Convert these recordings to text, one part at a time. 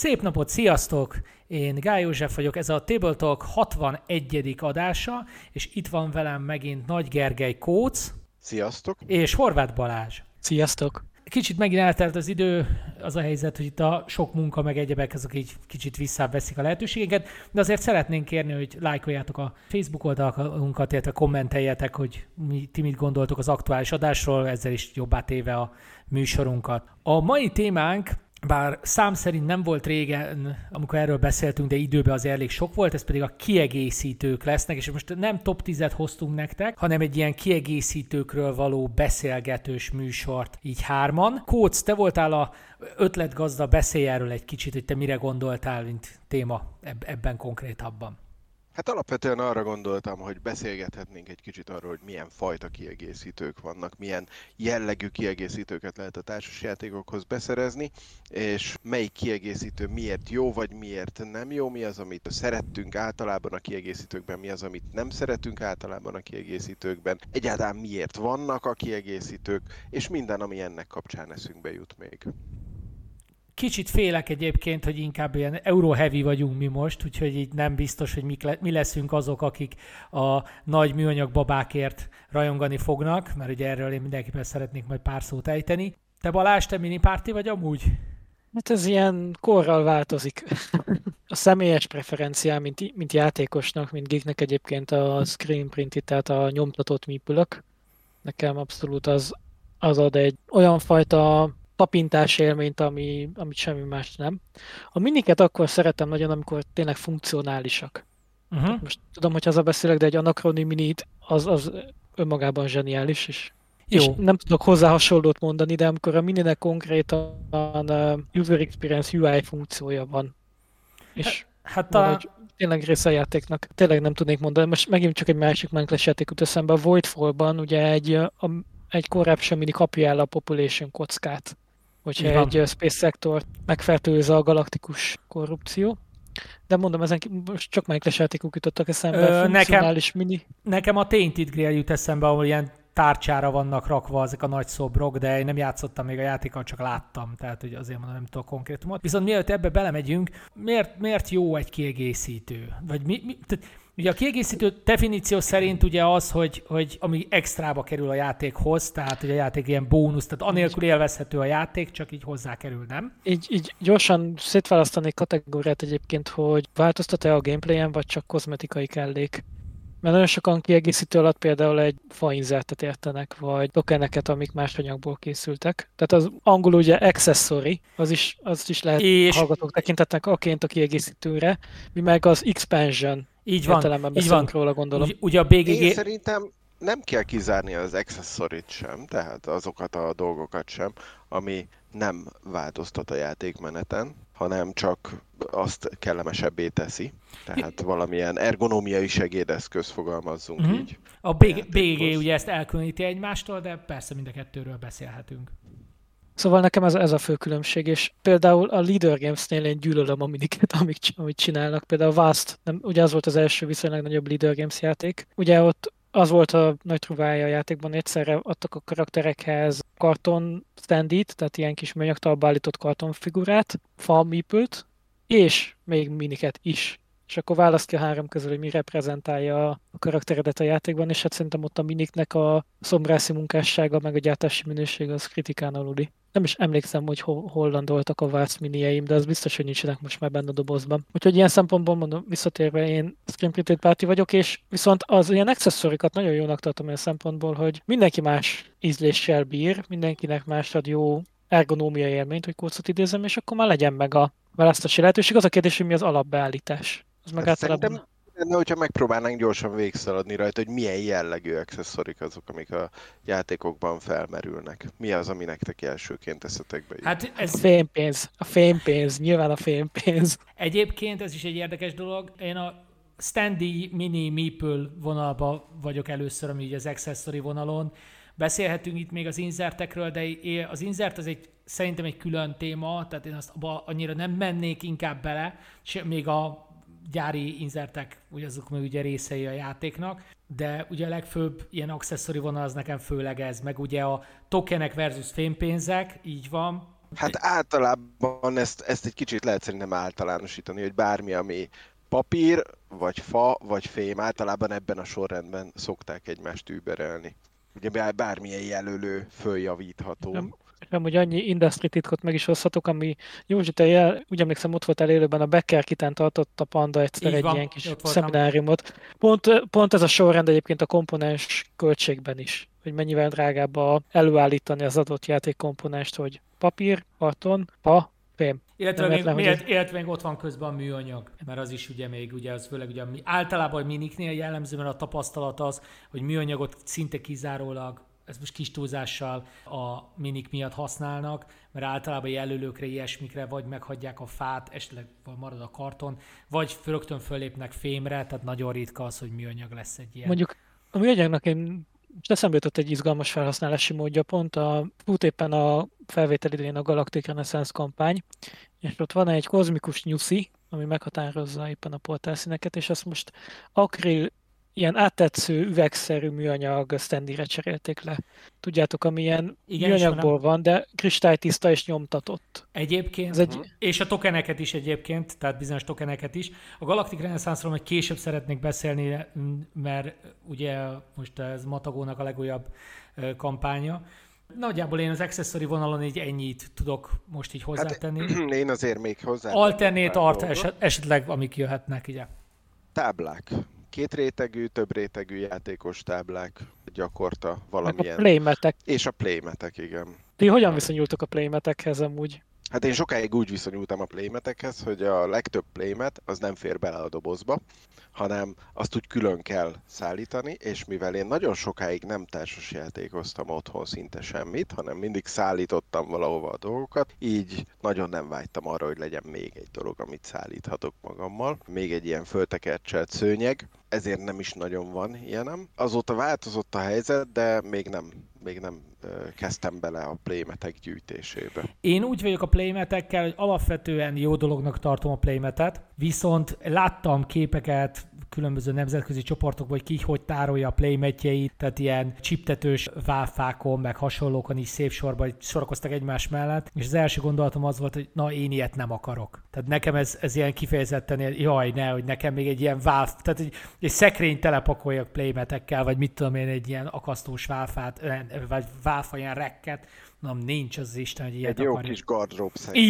Szép napot, sziasztok! Én Gály József vagyok, ez a Table Talk 61. adása, és itt van velem megint Nagy Gergely Kóc. Sziasztok! És Horváth Balázs. Sziasztok! Kicsit megint eltelt az idő, az a helyzet, hogy itt a sok munka meg egyebek, azok így kicsit visszaveszik a lehetőségeket, de azért szeretnénk kérni, hogy lájkoljátok a Facebook oldalunkat, illetve kommenteljetek, hogy ti mit gondoltok az aktuális adásról, ezzel is jobbá téve a műsorunkat. A mai témánk, bár szám szerint nem volt régen, amikor erről beszéltünk, de időben azért elég sok volt, ez pedig a kiegészítők lesznek, és most nem top 10-et hoztunk nektek, hanem egy ilyen kiegészítőkről való beszélgetős műsort, így hárman. Kóc, te voltál a ötletgazda, beszélj erről egy kicsit, hogy te mire gondoltál, mint téma ebben konkrétabban. Hát alapvetően arra gondoltam, hogy beszélgethetnénk egy kicsit arról, hogy milyen fajta kiegészítők vannak, milyen jellegű kiegészítőket lehet a társasjátékokhoz beszerezni, és melyik kiegészítő miért jó, vagy miért nem jó, mi az, amit szerettünk általában a kiegészítőkben, mi az, amit nem szeretünk általában a kiegészítőkben, egyáltalán miért vannak a kiegészítők, és minden, ami ennek kapcsán eszünkbe jut még. Kicsit félek egyébként, hogy inkább ilyen Euro-heavy vagyunk mi most, úgyhogy így nem biztos, hogy mi leszünk azok, akik a nagy műanyag babákért rajongani fognak, mert ugye erről én mindenképpen szeretnék majd pár szót ejteni. Te Balázs, te minipárti vagy amúgy? Hát ez ilyen korral változik. A személyes preferenciám, mint játékosnak, mint geeknek egyébként a screen printed, tehát a nyomtatott műpülök. Nekem abszolút az ad egy olyan fajta tapintás élményt, amit semmi más nem. A miniket akkor szeretem nagyon, amikor tényleg funkcionálisak. Most tudom, hogy haza beszélek, de egy Anachrony minit az önmagában zseniális, és nem tudok hozzá hasonlót mondani, de amikor a mininek konkrétan user experience UI funkciója van, és tényleg része a játéknak. Tényleg nem tudnék mondani. Most megint csak egy másik Minecraft játék jut eszembe. A Voidfall-ban ugye egy korábbi mini kapja el a population kockát, hogyha egy space sector megfertőz a galaktikus korrupció. De mondom, ezen most csak Minecraft játékok jutottak eszembe, funkcionális mini. Nekem a Tainted Grail jut eszembe, ahol ilyen tárcsára vannak rakva ezek a nagy szobrok, de én nem játszottam még a játékkal, csak láttam, tehát hogy azért mondom, nem tudok konkrétumot. Viszont mielőtt ebbe belemegyünk, miért jó egy kiegészítő? Vagy ugye a kiegészítő definíció szerint ugye az, hogy ami extrába kerül a játékhoz, tehát hogy a játék ilyen bónusz, tehát anélkül élvezhető a játék, csak így hozzá kerül, nem? Így gyorsan szétválasztanék kategóriát egyébként, hogy változtat-e a gameplayen, vagy csak kozmetikai kellék. Mert nagyon sokan kiegészítő alatt például egy fainzertet értenek, vagy tokeneket, amik más anyagból készültek. Tehát az angol ugye accessory, azt is lehet hallgatók tekintetnek aként a kiegészítőre, mi meg az expansion. Így van. Róla, gondolom. Ugye a BGG... Én szerintem nem kell kizárni az accessoryt sem, tehát azokat a dolgokat sem, ami nem változtat a játékmeneten, hanem csak azt kellemesebbé teszi. Tehát valamilyen ergonómiai segédeszköz, fogalmazzunk így. A BGG ugye ezt elkülöníti egymástól, de persze mind a kettőről beszélhetünk. Szóval nekem ez a fő különbség, és például a Leader Games-nél én gyűlölöm a miniket, amit csinálnak. Például a Vast, ugye az volt az első viszonylag nagyobb Leader Games játék. Ugye ott az volt a nagy truvája a játékban, egyszerre adtak a karakterekhez karton standit, tehát ilyen kis műanyagtalba állított kartonfigurát, fa meeple-t, és még miniket is. És akkor választ ki a három közül, hogy mi reprezentálja a karakteredet a játékban, és hát szerintem ott a miniknek a szombrászi munkássága, meg a gyártási minőség az kritikán aluli. Nem is emlékszem, hogy hol landoltak a Vars minieim, de az biztos, hogy nincsenek most már benne a dobozban. Úgyhogy ilyen szempontból mondom, visszatérve én screen printed párti vagyok, és viszont az ilyen accessorikat nagyon jónak tartom olyan szempontból, hogy mindenki más ízléssel bír, mindenkinek más ad jó ergonómiai élményt, hogy Kócot idézem, és akkor már legyen meg a választási lehetőség. Az a kérdés, hogy mi az alapbeállítás. Az meg általában... Szerintem, hogyha megpróbálnánk gyorsan végszaladni rajta, hogy milyen jellegű accessorik azok, amik a játékokban felmerülnek. Mi az, ami nektek elsőként eszetekbe jut? Hát ez... A fémpénz, nyilván a fémpénz. Egyébként ez is egy érdekes dolog. Én a Standy Mini Meeple vonalba vagyok először, ami így az accessory vonalon. Beszélhetünk itt még az inzertekről, de az inzert az szerintem egy külön téma, tehát én azt annyira nem mennék inkább bele, még a gyári inzertek, ugye azok még ugye részei a játéknak, de ugye a legfőbb ilyen accessory vonal az nekem főleg ez, meg ugye a tokenek versus fémpénzek, így van, Hát általában ezt egy kicsit lehet szerintem általánosítani, hogy bármi, ami papír, vagy fa, vagy fém, általában ebben a sorrendben szokták egymást überelni. Ugye bármilyen jelölő följavítható. És amúgy annyi industry titkot meg is hozhatok, ami Józsi, te úgy emlékszem, ott voltál élőben, a Becker Kitán tartott a Panda egyszer Így egy van, ilyen kis ott voltam. szemináriumot. Pont ez a sorrend egyébként a komponens költségben is, hogy mennyivel drágább előállítani az adott játékkomponenst, hogy papír, karton, fa, fém. Illetve még ott van közben a műanyag, mert az is ugye még, ugye az főleg ugye általában a miniknél jellemző, mert a tapasztalat az, hogy műanyagot szinte kizárólag, ez most kis túlzással a minik miatt használnak, mert általában jelölőkre, ilyesmikre vagy meghagyják a fát, esetleg marad a karton, vagy rögtön fölépnek fémre, tehát nagyon ritka az, hogy műanyag lesz egy ilyen. Mondjuk a műanyagnak én most eszembe jutott egy izgalmas felhasználási módja, pont éppen a felvétel idején a Galactic Renaissance kampány, és ott van egy kozmikus nyuszi, ami meghatározza éppen a portálszíneket, és azt most akril, ilyen áttetsző üvegszerű műanyag standire cserélték le. Tudjátok, ami ilyen műanyagból van, de kristálytiszta és nyomtatott. Egyébként, és a tokeneket is egyébként, tehát bizonyos tokeneket is. A Galactic Renaissance-ról majd később szeretnék beszélni, mert ugye most ez Matagónak a legújabb kampánya. Nagyjából én az accessory vonalon így ennyit tudok most így hozzátenni. Hát, én azért még hozzá. Alternate art esetleg, amik jöhetnek, ugye. Táblák. Két rétegű, több rétegű játékos táblák gyakorta valamilyen. A playmetek. És a playmetek, igen. Ti hogyan viszonyultok a playmetekhez amúgy? Hát én sokáig úgy viszonyultam a playmetekhez, hogy a legtöbb playmet az nem fér bele a dobozba, hanem azt úgy külön kell szállítani, és mivel én nagyon sokáig nem társasjátékoztam otthon szinte semmit, hanem mindig szállítottam valahova a dolgokat, így nagyon nem vágytam arra, hogy legyen még egy dolog, amit szállíthatok magammal. Még egy ilyen föltekercselt szőnyeg, ezért nem is nagyon van ilyenem. Azóta változott a helyzet, de még nem kezdtem bele a playmetek gyűjtésébe. Én úgy vagyok a playmetekkel, hogy alapvetően jó dolognak tartom a playmetet, viszont láttam képeket különböző nemzetközi csoportokban, hogy ki hogy tárolja a playmetjeit, tehát ilyen csiptetős válfákon, meg hasonlókon is szép sorban sorakoztak egymás mellett, és az első gondolatom az volt, hogy na, én ilyet nem akarok. Tehát nekem ez ilyen kifejezetten, hogy nekem még egy ilyen válf, tehát egy szekrény telepakoljak playmetekkel, vagy mit tudom én, egy ilyen akasztós válfát, vagy válfa ilyen rekket, nem, nincs az Isten, hogy ilyet akarjuk. Egy jó kis gardrób szekrény.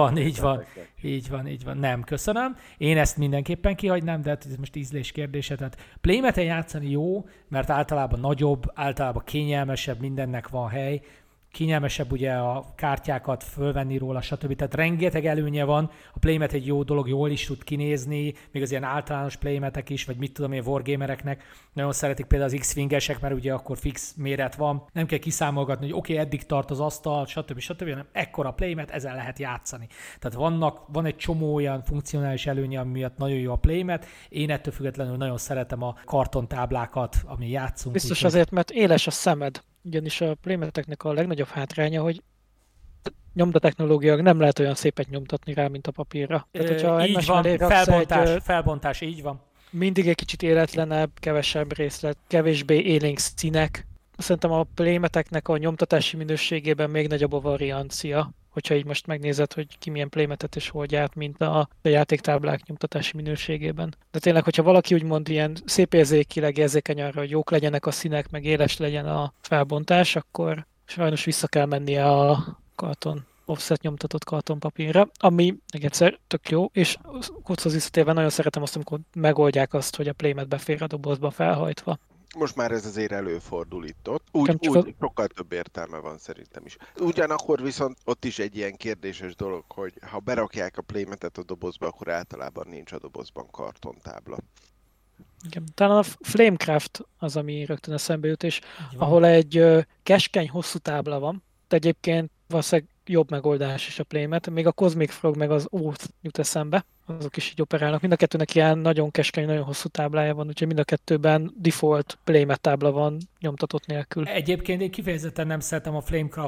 Így van. Nem, köszönöm. Én ezt mindenképpen kihagynám, de ez most ízlés kérdése. Tehát playmeten játszani jó, mert általában nagyobb, általában kényelmesebb, mindennek van hely. Kényelmesebb ugye a kártyákat fölvenni róla, stb. Tehát rengeteg előnye van. A playmat egy jó dolog, jól is tud kinézni, még az ilyen általános playmetek is, vagy mit tudom én, wargamereknek. Nagyon szeretik például az X-Wingesek, mert ugye akkor fix méret van. Nem kell kiszámolgatni, hogy oké, eddig tart az asztal, stb. hanem ekkora playmat, ezzel lehet játszani. Tehát van egy csomó olyan funkcionális előnye, ami miatt nagyon jó a playmat. Én ettől függetlenül nagyon szeretem a kartontáblákat, ami játszunk. Biztos úgy, azért, mert éles a szemed. Ugyanis a playmeteknek a legnagyobb hátránya, hogy nyomtatechnológiailag nem lehet olyan szépet nyomtatni rá, mint a papírra. Tehát, így van, felbontás, így van. Mindig egy kicsit életlenebb, kevesebb részlet, kevésbé élénk színek. Szerintem a playmeteknek a nyomtatási minőségében még nagyobb a variancia, hogyha így most megnézed, hogy ki milyen playmetet és hogy gyárt, mint a játéktáblák nyomtatási minőségében. De tényleg, hogyha valaki úgymond ilyen szép érzékileg érzékeny arra, hogy jók legyenek a színek, meg éles legyen a felbontás, akkor sajnos vissza kell mennie a karton offset nyomtatott kartonpapírra, ami még egyszer tök jó, és kochoz visszatérve nagyon szeretem azt, amikor megoldják azt, hogy a playmet befér a dobozba felhajtva. Most már ez azért előfordul itt-ott. Úgy sokkal több értelme van szerintem is. Ugyanakkor viszont ott is egy ilyen kérdéses dolog, hogy ha berakják a playmetet a dobozba, akkor általában nincs a dobozban kartontábla. Igen. Talán a Flamecraft az, ami rögtön eszembe jut, és ahol egy keskeny, hosszú tábla van, de egyébként valószínűleg jobb megoldás is a playmet, még a Cosmic Frog meg az Oath jut eszembe, azok is így operálnak. Mind a kettőnek ilyen nagyon keskeny, nagyon hosszú táblája van, úgyhogy mind a kettőben default playmet tábla van nyomtatott nélkül. Egyébként én kifejezetten nem szeretem a Flamecraft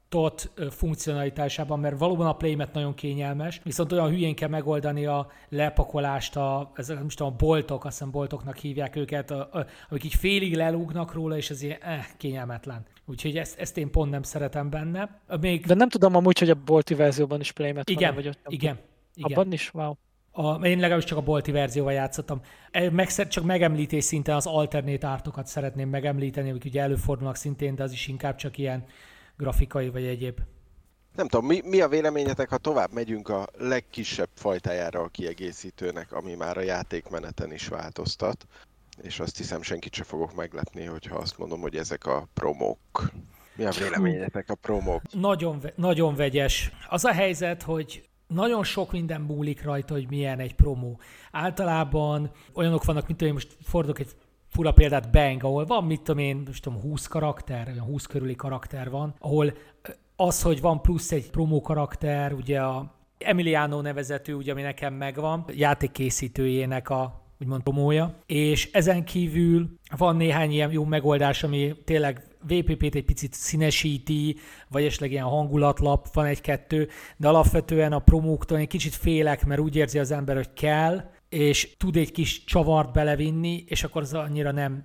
funkcionalitásában, mert valóban a playmat nagyon kényelmes, viszont olyan hülyén kell megoldani a lepakolást, nem tudom, a boltok, azt hiszem boltoknak hívják őket, amik így félig lelúgnak róla, és ez ilyen kényelmetlen. Úgyhogy ezt én pont nem szeretem benne. De nem tudom amúgy, hogy a bolti verzióban is playmat igen, van, vagy ott. Igen. Abban is? Wow. Én legalábbis csak a bolti verzióval játszottam. Csak megemlítés szinten az alternate artokat szeretném megemlíteni, amik ugye előfordulnak szintén, de az is inkább csak ilyen grafikai vagy egyéb. Nem tudom, mi a véleményetek, ha tovább megyünk a legkisebb fajtájára a kiegészítőnek, ami már a játékmeneten is változtat, és azt hiszem senkit sem fogok meglepni, hogyha azt mondom, hogy ezek a promók. Mi a véleményetek a promók? Nagyon vegyes. Az a helyzet, hogy nagyon sok minden múlik rajta, hogy milyen egy promó. Általában olyanok vannak, mint hogy most fordulok egy fura példát, Bang, ahol van, mit tudom én, 20 karakter, 20 körüli karakter van, ahol az, hogy van plusz egy promó karakter, ugye a Emiliano nevezetű, ugye, ami nekem megvan, játékkészítőjének a úgymond promója, és ezen kívül van néhány ilyen jó megoldás, ami tényleg VPP-t egy picit színesíti, vagy esetleg ilyen hangulatlap, van egy-kettő, de alapvetően a promóktól egy kicsit félek, mert úgy érzi az ember, hogy kell, és tud egy kis csavart belevinni, és akkor az annyira nem.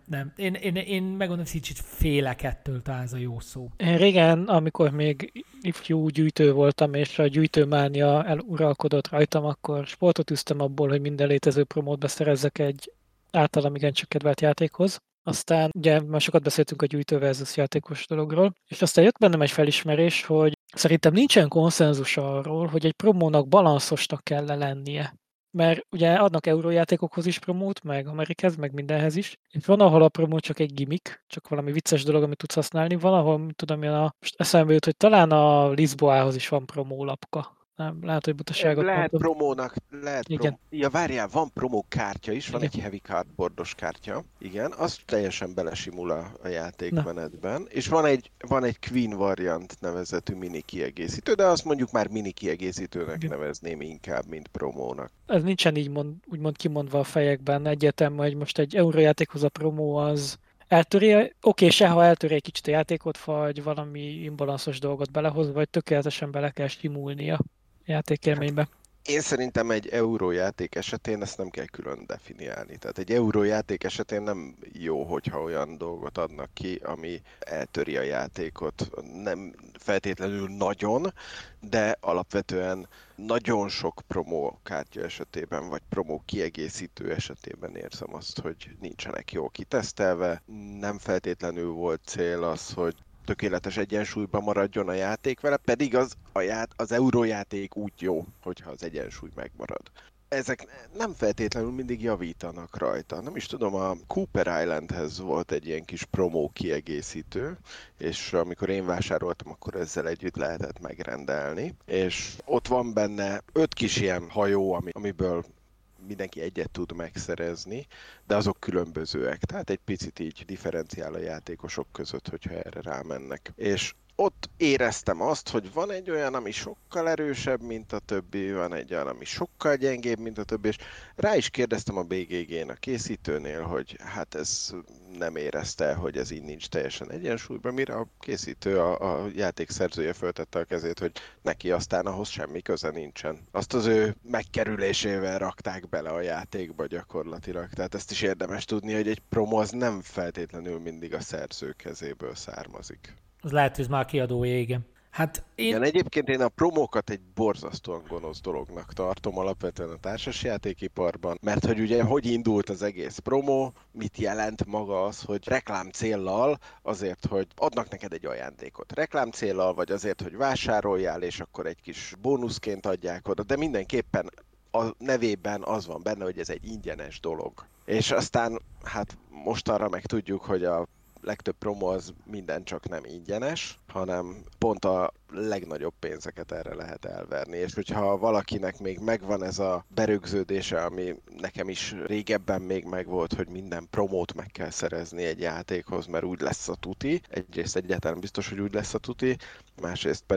Én megmondom, hogy kicsit félek ettől, talán ez a jó szó. Én régen, amikor még ifjú gyűjtő voltam, és a gyűjtőmánia eluralkodott rajtam, akkor sportot üztem abból, hogy minden létező promót beszerezzek egy általam igencsak kedvelt játékhoz. Aztán ugye már sokat beszéltünk a gyűjtő versus játékos dologról, és aztán jött bennem egy felismerés, hogy szerintem nincsen konszenzus arról, hogy egy promónak balanszosnak kell lennie. Mert ugye adnak eurójátékokhoz is promót, meg Amerikáz, meg mindenhez is. És van, ahol a promó csak egy gimmick, csak valami vicces dolog, amit tudsz használni. Van, ahol, tudom én, most eszembe jut, hogy talán a Lisboához is van promólapka. Nem, lehet, hogy butaságot Lehet mondom. promónak, Igen. Ja, várjál, van promó kártya is, van Igen. egy heavy cardboardos kártya, igen, az teljesen belesimul a játékmenetben, és van egy Queen variant nevezetű mini kiegészítő, de azt mondjuk már mini kiegészítőnek Igen. nevezném inkább, mint promónak. Ez nincsen így úgymond kimondva a fejekben. Egyetem, hogy most egy eurójátékhoz a promó az eltöri, se ha eltöri egy kicsit a játékot, vagy valami imbalanszos dolgot belehoz, vagy tökéletesen bele kell simulnia a játékélménybe. Én szerintem egy eurójáték esetén ezt nem kell külön definiálni. Tehát egy eurójáték esetén nem jó, hogyha olyan dolgot adnak ki, ami eltöri a játékot. Nem feltétlenül nagyon, de alapvetően nagyon sok promó kártya esetében, vagy promó kiegészítő esetében érzem azt, hogy nincsenek jól kitesztelve. Nem feltétlenül volt cél az, hogy tökéletes egyensúlyban maradjon a játék vele, pedig az eurójáték úgy jó, hogyha az egyensúly megmarad. Ezek nem feltétlenül mindig javítanak rajta. Nem is tudom, a Cooper Islandhez volt egy ilyen kis promó kiegészítő, és amikor én vásároltam, akkor ezzel együtt lehetett megrendelni. És ott van benne 5 kis ilyen hajó, amiből mindenki egyet tud megszerezni, de azok különbözőek, tehát egy picit így differenciál a játékosok között, hogyha erre rámennek. És ott éreztem azt, hogy van egy olyan, ami sokkal erősebb, mint a többi, van egy olyan, ami sokkal gyengébb, mint a többi, és rá is kérdeztem a BGG-n, a készítőnél, hogy hát ez nem érezte, hogy ez így nincs teljesen egyensúlyban, mire a készítő, a játék szerzője föltette a kezét, hogy neki aztán ahhoz semmi köze nincsen. Azt az ő megkerülésével rakták bele a játékba gyakorlatilag. Tehát ezt is érdemes tudni, hogy egy promo az nem feltétlenül mindig a szerző kezéből származik. Az lehet, hogy ez már a kiadója, igen. Hát Igen, egyébként én a promókat egy borzasztóan gonosz dolognak tartom alapvetően a társasjátékiparban, mert hogy ugye hogy indult az egész promó, mit jelent maga az, hogy reklám céllal, azért, hogy adnak neked egy ajándékot. Reklám céllal, vagy azért, hogy vásároljál, és akkor egy kis bónuszként adják oda, de mindenképpen a nevében az van benne, hogy ez egy ingyenes dolog. És aztán hát mostanra meg tudjuk, hogy a legtöbb promo az minden csak nem ingyenes, hanem pont a legnagyobb pénzeket erre lehet elverni. És hogyha valakinek még megvan ez a berögződése, ami nekem is régebben még megvolt, hogy minden promót meg kell szerezni egy játékhoz, mert úgy lesz a tuti. Egyrészt egyáltalán biztos, hogy úgy lesz a tuti, másrészt pedig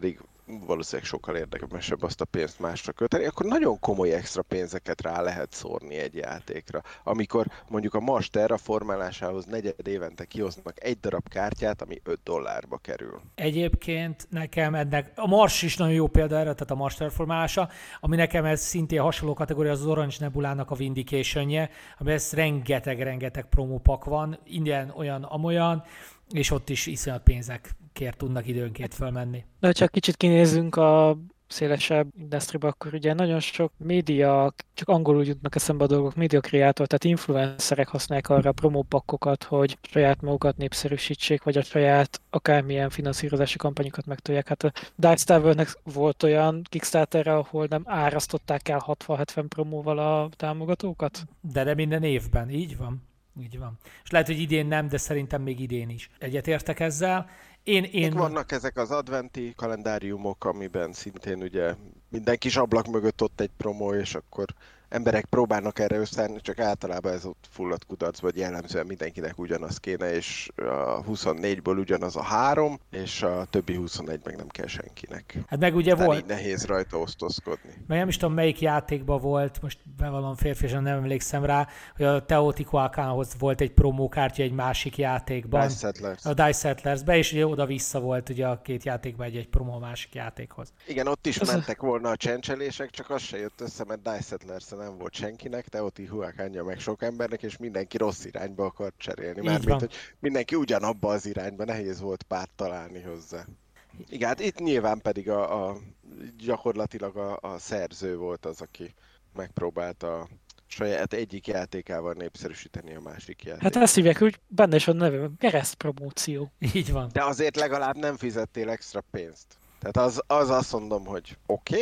valószínűleg sokkal érdekesebb azt a pénzt másra költeni, akkor nagyon komoly extra pénzeket rá lehet szórni egy játékra. Amikor mondjuk a Mars terraformálásához negyed évente kihoznak egy darab kártyát, ami $5 kerül. Egyébként nekem ennek, a Mars is nagyon jó példa erre, tehát a Mars terraformálása, ami nekem ez szintén hasonló kategória, az Orange Nebulának a Vindication-je, amiben rengeteg promópak van, ingyen olyan, amolyan, és ott is iszonyat pénzekért tudnak időnként fölmenni. De ha csak kicsit kinézzünk a szélesebb industryba, akkor ugye nagyon sok média, csak angolul jutnak eszembe a dolgok, média kreátor, tehát influencerek használják arra a promópakkokat, hogy saját magukat népszerűsítsék, vagy a saját akármilyen finanszírozási kampányokat megtolják. Hát a Dice Towernek volt olyan Kickstarterre, ahol nem árasztották el 60-70 promóval a támogatókat? De minden évben, így van. Így van. És lehet, hogy idén nem, de szerintem még idén is. Egyetértek ezzel. Vannak ezek az adventi kalendáriumok, amiben szintén ugye minden kis ablak mögött ott egy promó, és akkor emberek próbálnak erre összeállni, csak általában ez ott fulladt kudarcba, vagy jellemzően mindenkinek ugyanaz kéne, és a 24-ből ugyanaz a 3, és a többi 21 meg nem kell senkinek. Hát meg ugye volt. Így nehéz rajta osztozkodni. Meg nem is tudom, melyik játékban volt, most bevallom férfiasan nem emlékszem rá, hogy a Teotihuacanhoz volt egy promókártya egy másik játékban. Dice Settlers. A Dice Settlersbe, és ugye oda-vissza volt ugye a két játékban egy promó a másik játékhoz. Igen, ott is mentek volna a csencselések, csak az se jött össze, mert Dice Settlers nem volt senkinek, Teotihuacanja meg sok embernek, és mindenki rossz irányba akart cserélni. Mármint, hogy mindenki ugyanabba az irányba, nehéz volt párt találni hozzá. Igen, hát itt nyilván pedig gyakorlatilag a szerző volt az, aki megpróbálta saját egyik játékával népszerűsíteni a másik játékot. Hát ezt hívják, hogy benne is a neve, keresztpromóció. Így van. De azért legalább nem fizettél extra pénzt. Tehát az azt mondom, hogy oké,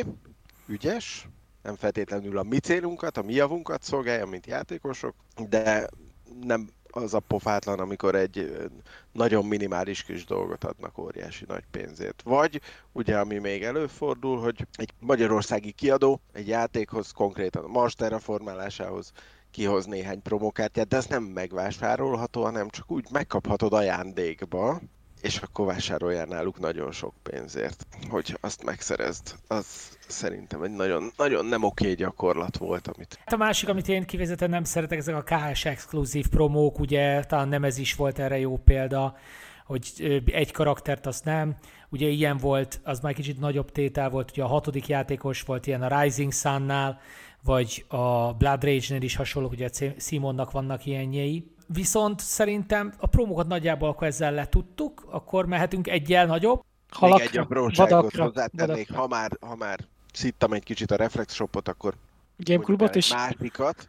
ügyes, nem feltétlenül a mi célunkat, a mi javunkat szolgálja, mint játékosok, de nem az a pofátlan, amikor egy nagyon minimális kis dolgot adnak óriási nagy pénzért. Vagy, ugye, ami még előfordul, hogy egy magyarországi kiadó egy játékhoz, konkrétan a Mars terraformálásához kihoz néhány promokártyát, de ez nem megvásárolható, hanem csak úgy megkaphatod ajándékba, és akkor vásároljál náluk nagyon sok pénzért, hogy azt megszerezd. Az szerintem egy nagyon, nagyon nem oké gyakorlat volt, amit... A másik, amit én kivezetten nem szeretek, ezek a KS exkluzív promók, ugye talán nem ez is volt erre jó példa, hogy egy karaktert azt nem. Ugye ilyen volt, az már kicsit nagyobb tétel volt, ugye a 6. játékos volt ilyen a Rising Sun-nál, vagy a Blood Rage-nél is hasonlók, ugye a Simonnak vannak ilyenjei. Viszont szerintem a promókat nagyjából akkor ezzel letudtuk, akkor mehetünk egyel nagyobb. Még egy apróságot hozzátennék, ha már szittam egy kicsit a Reflex Shopot, akkor Game Clubot is. Másikat,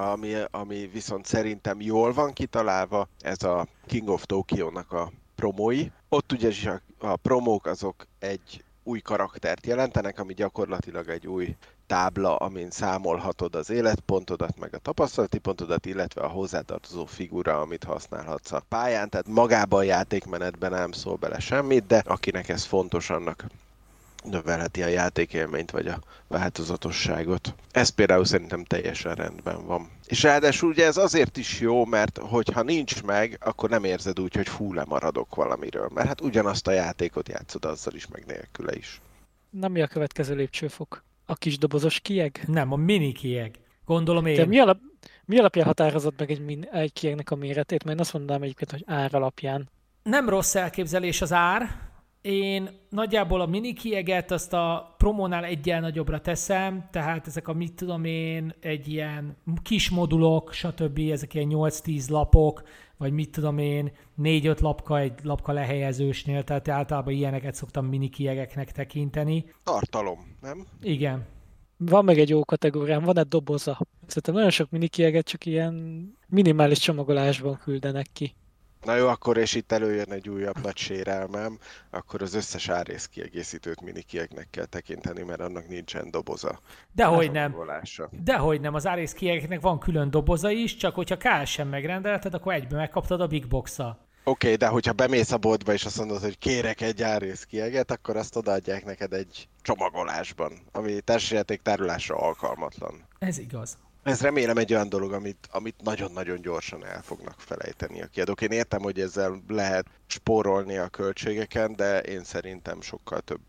ami viszont szerintem jól van kitalálva, ez a King of Tokyo-nak a promói. Ott ugye a promók azok egy új karaktert jelentenek, ami gyakorlatilag egy új tábla, amin számolhatod az életpontodat, meg a tapasztalati pontodat, illetve a hozzátartozó figura, amit használhatsz a pályán. Tehát magában a játékmenetben nem szól bele semmit, de akinek ez fontos, annak növelheti a játékélményt, vagy a változatosságot. Ez például szerintem teljesen rendben van. És ráadásul ugye ez azért is jó, mert hogyha nincs meg, akkor nem érzed úgy, hogy fú, lemaradok valamiről. Mert hát ugyanazt a játékot játszod azzal is, meg nélküle is. Na, mi a következő lépcsőfok? A kis dobozos kieg? Nem, a mini kieg. Gondolom én. De mi alapján határozott meg egy kiegnek a méretét? Mert én azt mondanám egyébként, hogy ár alapján. Nem rossz elképzelés az ár. Én nagyjából a mini kieget azt a promónál egyel nagyobbra teszem, tehát ezek a mit tudom én, egy ilyen kis modulok, stb. Ezek ilyen 8-10 lapok, vagy mit tudom én, 4-5 lapka egy lapka lehelyezősnél, tehát általában ilyeneket szoktam mini kiegeknek tekinteni. Tartalom, nem? Igen. Van meg egy jó kategóriám, van egy doboza. Szerintem nagyon sok mini kieget csak ilyen minimális csomagolásban küldenek ki. Na jó, akkor és itt előjön egy újabb nagy sérelmem, akkor az összes árész kiegészítőt minikieknek kell tekinteni, mert annak nincsen doboza. Dehogy nem. Dehogy nem, az árész kiegeknek van külön doboza is, csak hogyha KSM megrendelted, akkor egyben megkaptad a Big Box-a. Oké, de hogyha bemész a boltba és azt mondod, hogy kérek egy árész kieget, akkor azt odaadják neked egy csomagolásban, ami társasjáték tárolásra alkalmatlan. Ez igaz. Ez remélem egy olyan dolog, amit nagyon-nagyon gyorsan el fognak felejteni a kiadók. Én értem, hogy ezzel lehet spórolni a költségeken, de én szerintem sokkal több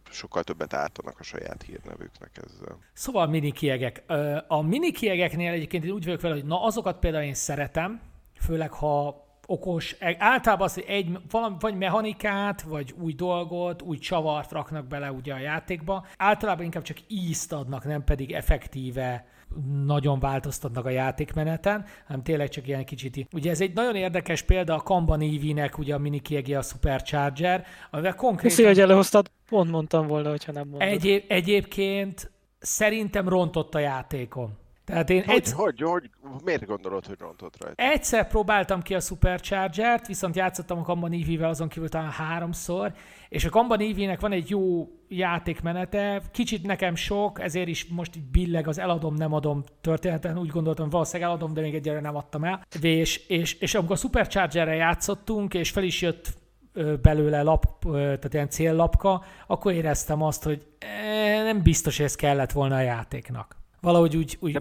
sokkal többet ártanak a saját hírnevüknek ezzel. Szóval minikiegek. A minikiegeknél egyébként én úgy vagyok vele, hogy na azokat például én szeretem, főleg ha okos, általában az, hogy vagy mechanikát, vagy új dolgot, új csavart raknak bele ugye a játékba. Általában inkább csak ízt adnak, nem pedig effektíve nagyon változtatnak a játékmeneten, hanem tényleg csak ilyen kicsit. Ugye ez egy nagyon érdekes példa a Kanban Eevee-nek, ugye a minikiegje a Supercharger, amivel konkrétan... Köszi, hogy előhoztad, pont mondtam volna, hogyha nem mondod. Egyébként szerintem rontott a játékon. Tehát én miért gondolod, hogy rontott rajta? Egyszer próbáltam ki a Superchargert, viszont játszottam a Kanban Eevee-vel azon kívül talán 3-szor, és a Kanban Eevee-nek van egy jó játékmenete, kicsit nekem sok, ezért is most így billeg az eladom, nem adom történeten, úgy gondoltam, valószínűleg eladom, de még egyelőre nem adtam el. És amikor a Superchargerrel játszottunk, és fel is jött belőle tehát ilyen céllapka, akkor éreztem azt, hogy nem biztos, hogy ez kellett volna a játéknak. Valahogy úgy...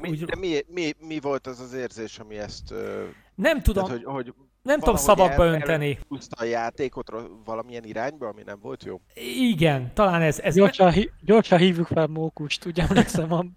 Mi volt az az érzés, ami ezt... Nem tudom, tehát, hogy nem tudom szavakba önteni. Elhúzta a játékot valamilyen irányba, ami nem volt jó? Igen, talán ez... Gyorsan hívjuk fel Mókust, úgy emlékszem,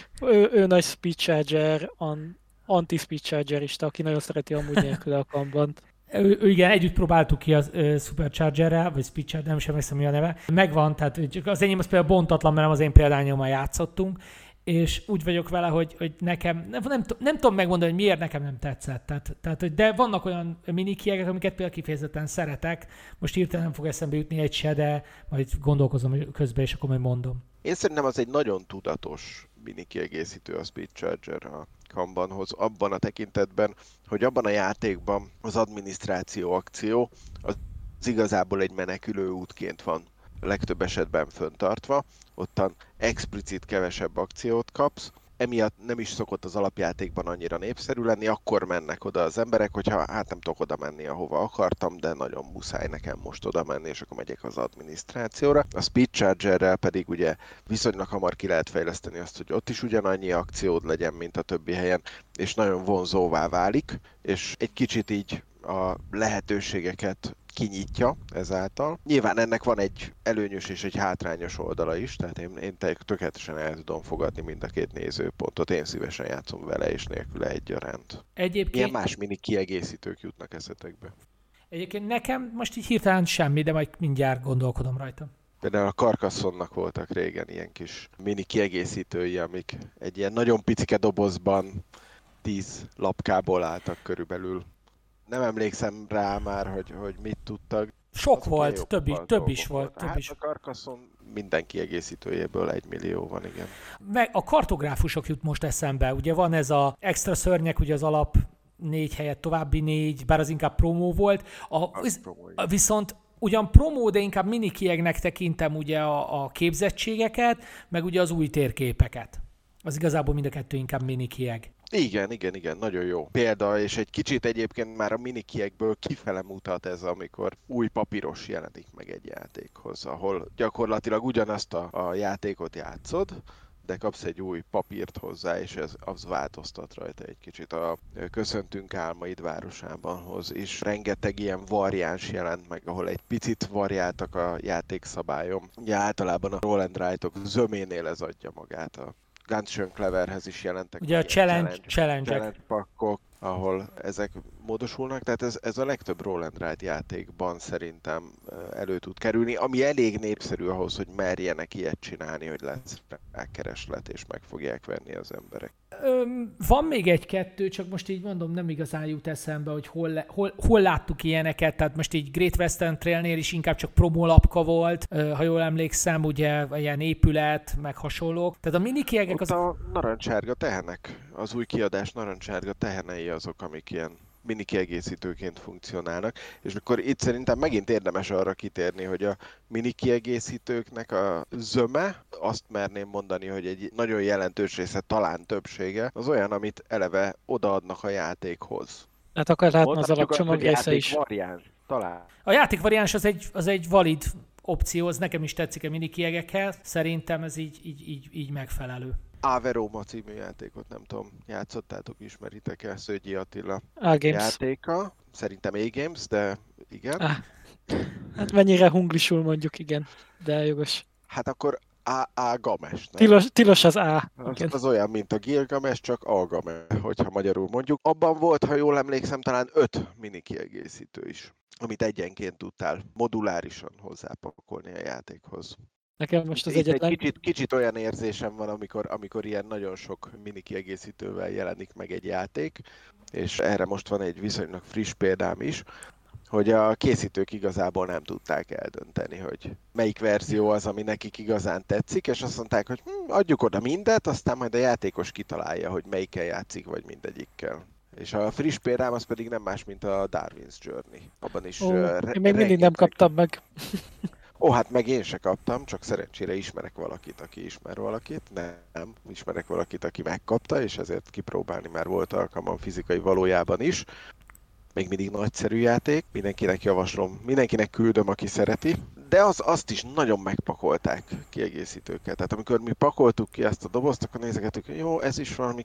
ő nagy Speedcharger, anti-Speedchargerista, aki nagyon szereti amúgy nélküle a Kanbant. Igen, együtt próbáltuk ki a Superchargerrel, vagy Speedcharger, nem is emlékszem, mi a neve. Megvan, tehát csak az enyém az például bontatlan, mert nem az én példányommal játszottunk, és úgy vagyok vele, hogy nekem, nem tudom megmondani, hogy miért nekem nem tetszett. Tehát, de vannak olyan minikiegek, amiket például kifejezetten szeretek. Most hirtelen nem fog eszembe jutni egy se, de majd gondolkozom közben, és akkor majd mondom. Én szerintem az egy nagyon tudatos minikiegészítő a Speedcharger a Kanbanhoz, abban a tekintetben, hogy abban a játékban az adminisztráció akció az igazából egy menekülő útként van legtöbb esetben föntartva, ottan explicit kevesebb akciót kapsz, emiatt nem is szokott az alapjátékban annyira népszerű lenni, akkor mennek oda az emberek, hogyha hát nem tudok oda menni, ahova akartam, de nagyon muszáj nekem most oda menni, és akkor megyek az adminisztrációra. A Speedchargerrel pedig ugye viszonylag hamar ki lehet fejleszteni azt, hogy ott is ugyanannyi akciód legyen, mint a többi helyen, és nagyon vonzóvá válik, és egy kicsit így a lehetőségeket kinyitja ezáltal. Nyilván ennek van egy előnyös és egy hátrányos oldala is, tehát én tökéletesen el tudom fogadni mind a két nézőpontot, én szívesen játszom vele és nélküle egyaránt. Milyen más mini kiegészítők jutnak eszetekbe? Egyébként nekem most így hirtelen semmi, de majd mindjárt gondolkodom rajta. Például a Carcassonnak voltak régen ilyen kis mini kiegészítői, amik egy ilyen nagyon picike dobozban 10 lapkából álltak körülbelül. Nem emlékszem rá már, hogy mit tudtak. Sok volt, több is volt. Hát a Carcassonne minden kiegészítőjéből 1 millió van, igen. Meg a kartográfusok jut most eszembe. Ugye van ez az extra szörnyek, ugye az alap 4 helyett további 4, bár az inkább promó volt. Viszont ugyan promó, de inkább minikiegnek tekintem ugye a képzettségeket, meg ugye az új térképeket. Az igazából mind a kettő inkább minikieg. Igen, nagyon jó példa, és egy kicsit egyébként már a minikiekből kifele mutat ez, amikor új papíros jelenik meg egy játékhoz, ahol gyakorlatilag ugyanazt a játékot játszod, de kapsz egy új papírt hozzá, és az változtat rajta egy kicsit. A Köszöntünk Álmaid városábanhoz is rengeteg ilyen variáns jelent meg, ahol egy picit variáltak a játékszabályom. Ugye általában a roll and write-ok zöménél ez adja magát. A Guns N' Cleverhez is jelentek. Ugye a challenge pakkok, ahol ezek módosulnak, tehát ez a legtöbb roll and write játékban szerintem elő tud kerülni, ami elég népszerű ahhoz, hogy merjenek ilyet csinálni, hogy lesz rá kereslet, és meg fogják venni az emberek. Van még egy-kettő, csak most így mondom, nem igazán jut eszembe, hogy hol láttuk ilyeneket, tehát most így Great Western Trailnél is inkább csak promólapka volt, ha jól emlékszem, ugye ilyen épület, meg hasonlók. Tehát a minikiegek az... a narancsárga tehenek, az új kiadás narancsárga tehenei azok, amik ilyen mini kiegészítőként funkcionálnak, és akkor itt szerintem megint érdemes arra kitérni, hogy a mini kiegészítőknek a zöme, azt merném mondani, hogy egy nagyon jelentős része, talán többsége, az olyan, amit eleve odaadnak a játékhoz. Hát akár látni az alapcsomag része is. Variáns, talán. A játékvariáns az egy valid opció, az nekem is tetszik a mini kiegekhez, szerintem ez így megfelelő. Averoma című játékot, nem tudom, játszottátok, ismeritek-e? Szőgyi Attila játéka. Szerintem A-Games, de igen. Hát mennyire hunglisul mondjuk, igen, de jogos. Hát akkor Games, nem? Tilos az A. Az olyan, mint a Gilgamesh, csak Algamesh, hogyha magyarul mondjuk. Abban volt, ha jól emlékszem, talán 5 mini kiegészítő is, amit egyenként tudtál modulárisan hozzápakolni a játékhoz. Nekem most az Itt egyetlen... kicsit olyan érzésem van, amikor ilyen nagyon sok mini kiegészítővel jelenik meg egy játék, és erre most van egy viszonylag friss példám is, hogy a készítők igazából nem tudták eldönteni, hogy melyik verzió az, ami nekik igazán tetszik, és azt mondták, hogy adjuk oda mindet, aztán majd a játékos kitalálja, hogy melyikkel játszik, vagy mindegyikkel. És a friss példám az pedig nem más, mint a Darwin's Journey. Abban is én még mindig nem kaptam meg. Hát meg én se kaptam, csak szerencsére ismerek valakit, aki ismer valakit. Nem, ismerek valakit, aki megkapta, és ezért kipróbálni már volt alkalmam fizikai valójában is. Még mindig nagyszerű játék, mindenkinek javaslom, mindenkinek küldöm, aki szereti. De azt is nagyon megpakolták kiegészítőket. Tehát amikor mi pakoltuk ki ezt a dobozt, akkor nézegettük, hogy jó, ez is valami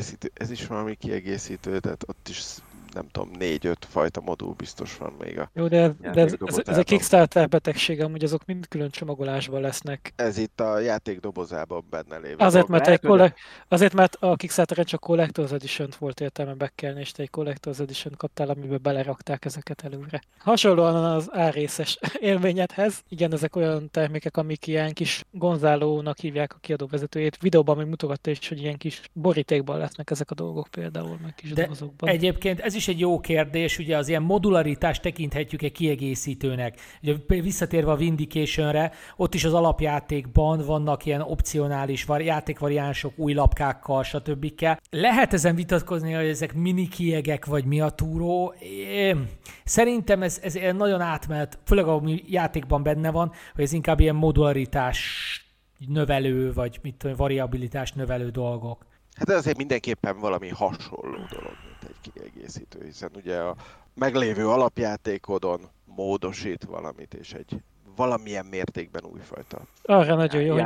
kiegészítő, tehát ott is nem tudom, 4-5 fajta modul biztos van még a jó, de ez a Kickstarter betegség, amúgy azok mind külön csomagolásban lesznek. Ez itt a játék dobozában benne lévő. Azért, mert a Kickstarteren csak Collector's Edition-t volt értelme bekelni, és te egy Collector's Edition kaptál, amiben belerakták ezeket előre. Hasonlóan az A-részes élményedhez, igen, ezek olyan termékek, amik ilyen kis Gonzálónak hívják a kiadóvezetőjét. Videóban még mutogatta is, hogy ilyen kis borítékban lesznek ezek a dolgok például, meg kis dobozokban. Egyébként ez is egy jó kérdés, ugye az ilyen modularitást tekinthetjük egy kiegészítőnek. Ugye visszatérve a Vindication-re, ott is az alapjátékban vannak ilyen opcionális játékvariánsok új lapkákkal, stb. Lehet ezen vitatkozni, hogy ezek mini kiegek vagy mi a túró. Szerintem ez nagyon átmehet, főleg ami játékban benne van, hogy ez inkább ilyen modularitás növelő, vagy mit tudom, variabilitás növelő dolgok. Hát ez azért mindenképpen valami hasonló dolog, mint egy kiegészítő, hiszen ugye a meglévő alapjátékodon módosít valamit, és egy valamilyen mértékben újfajta arra nagyon jó, hogy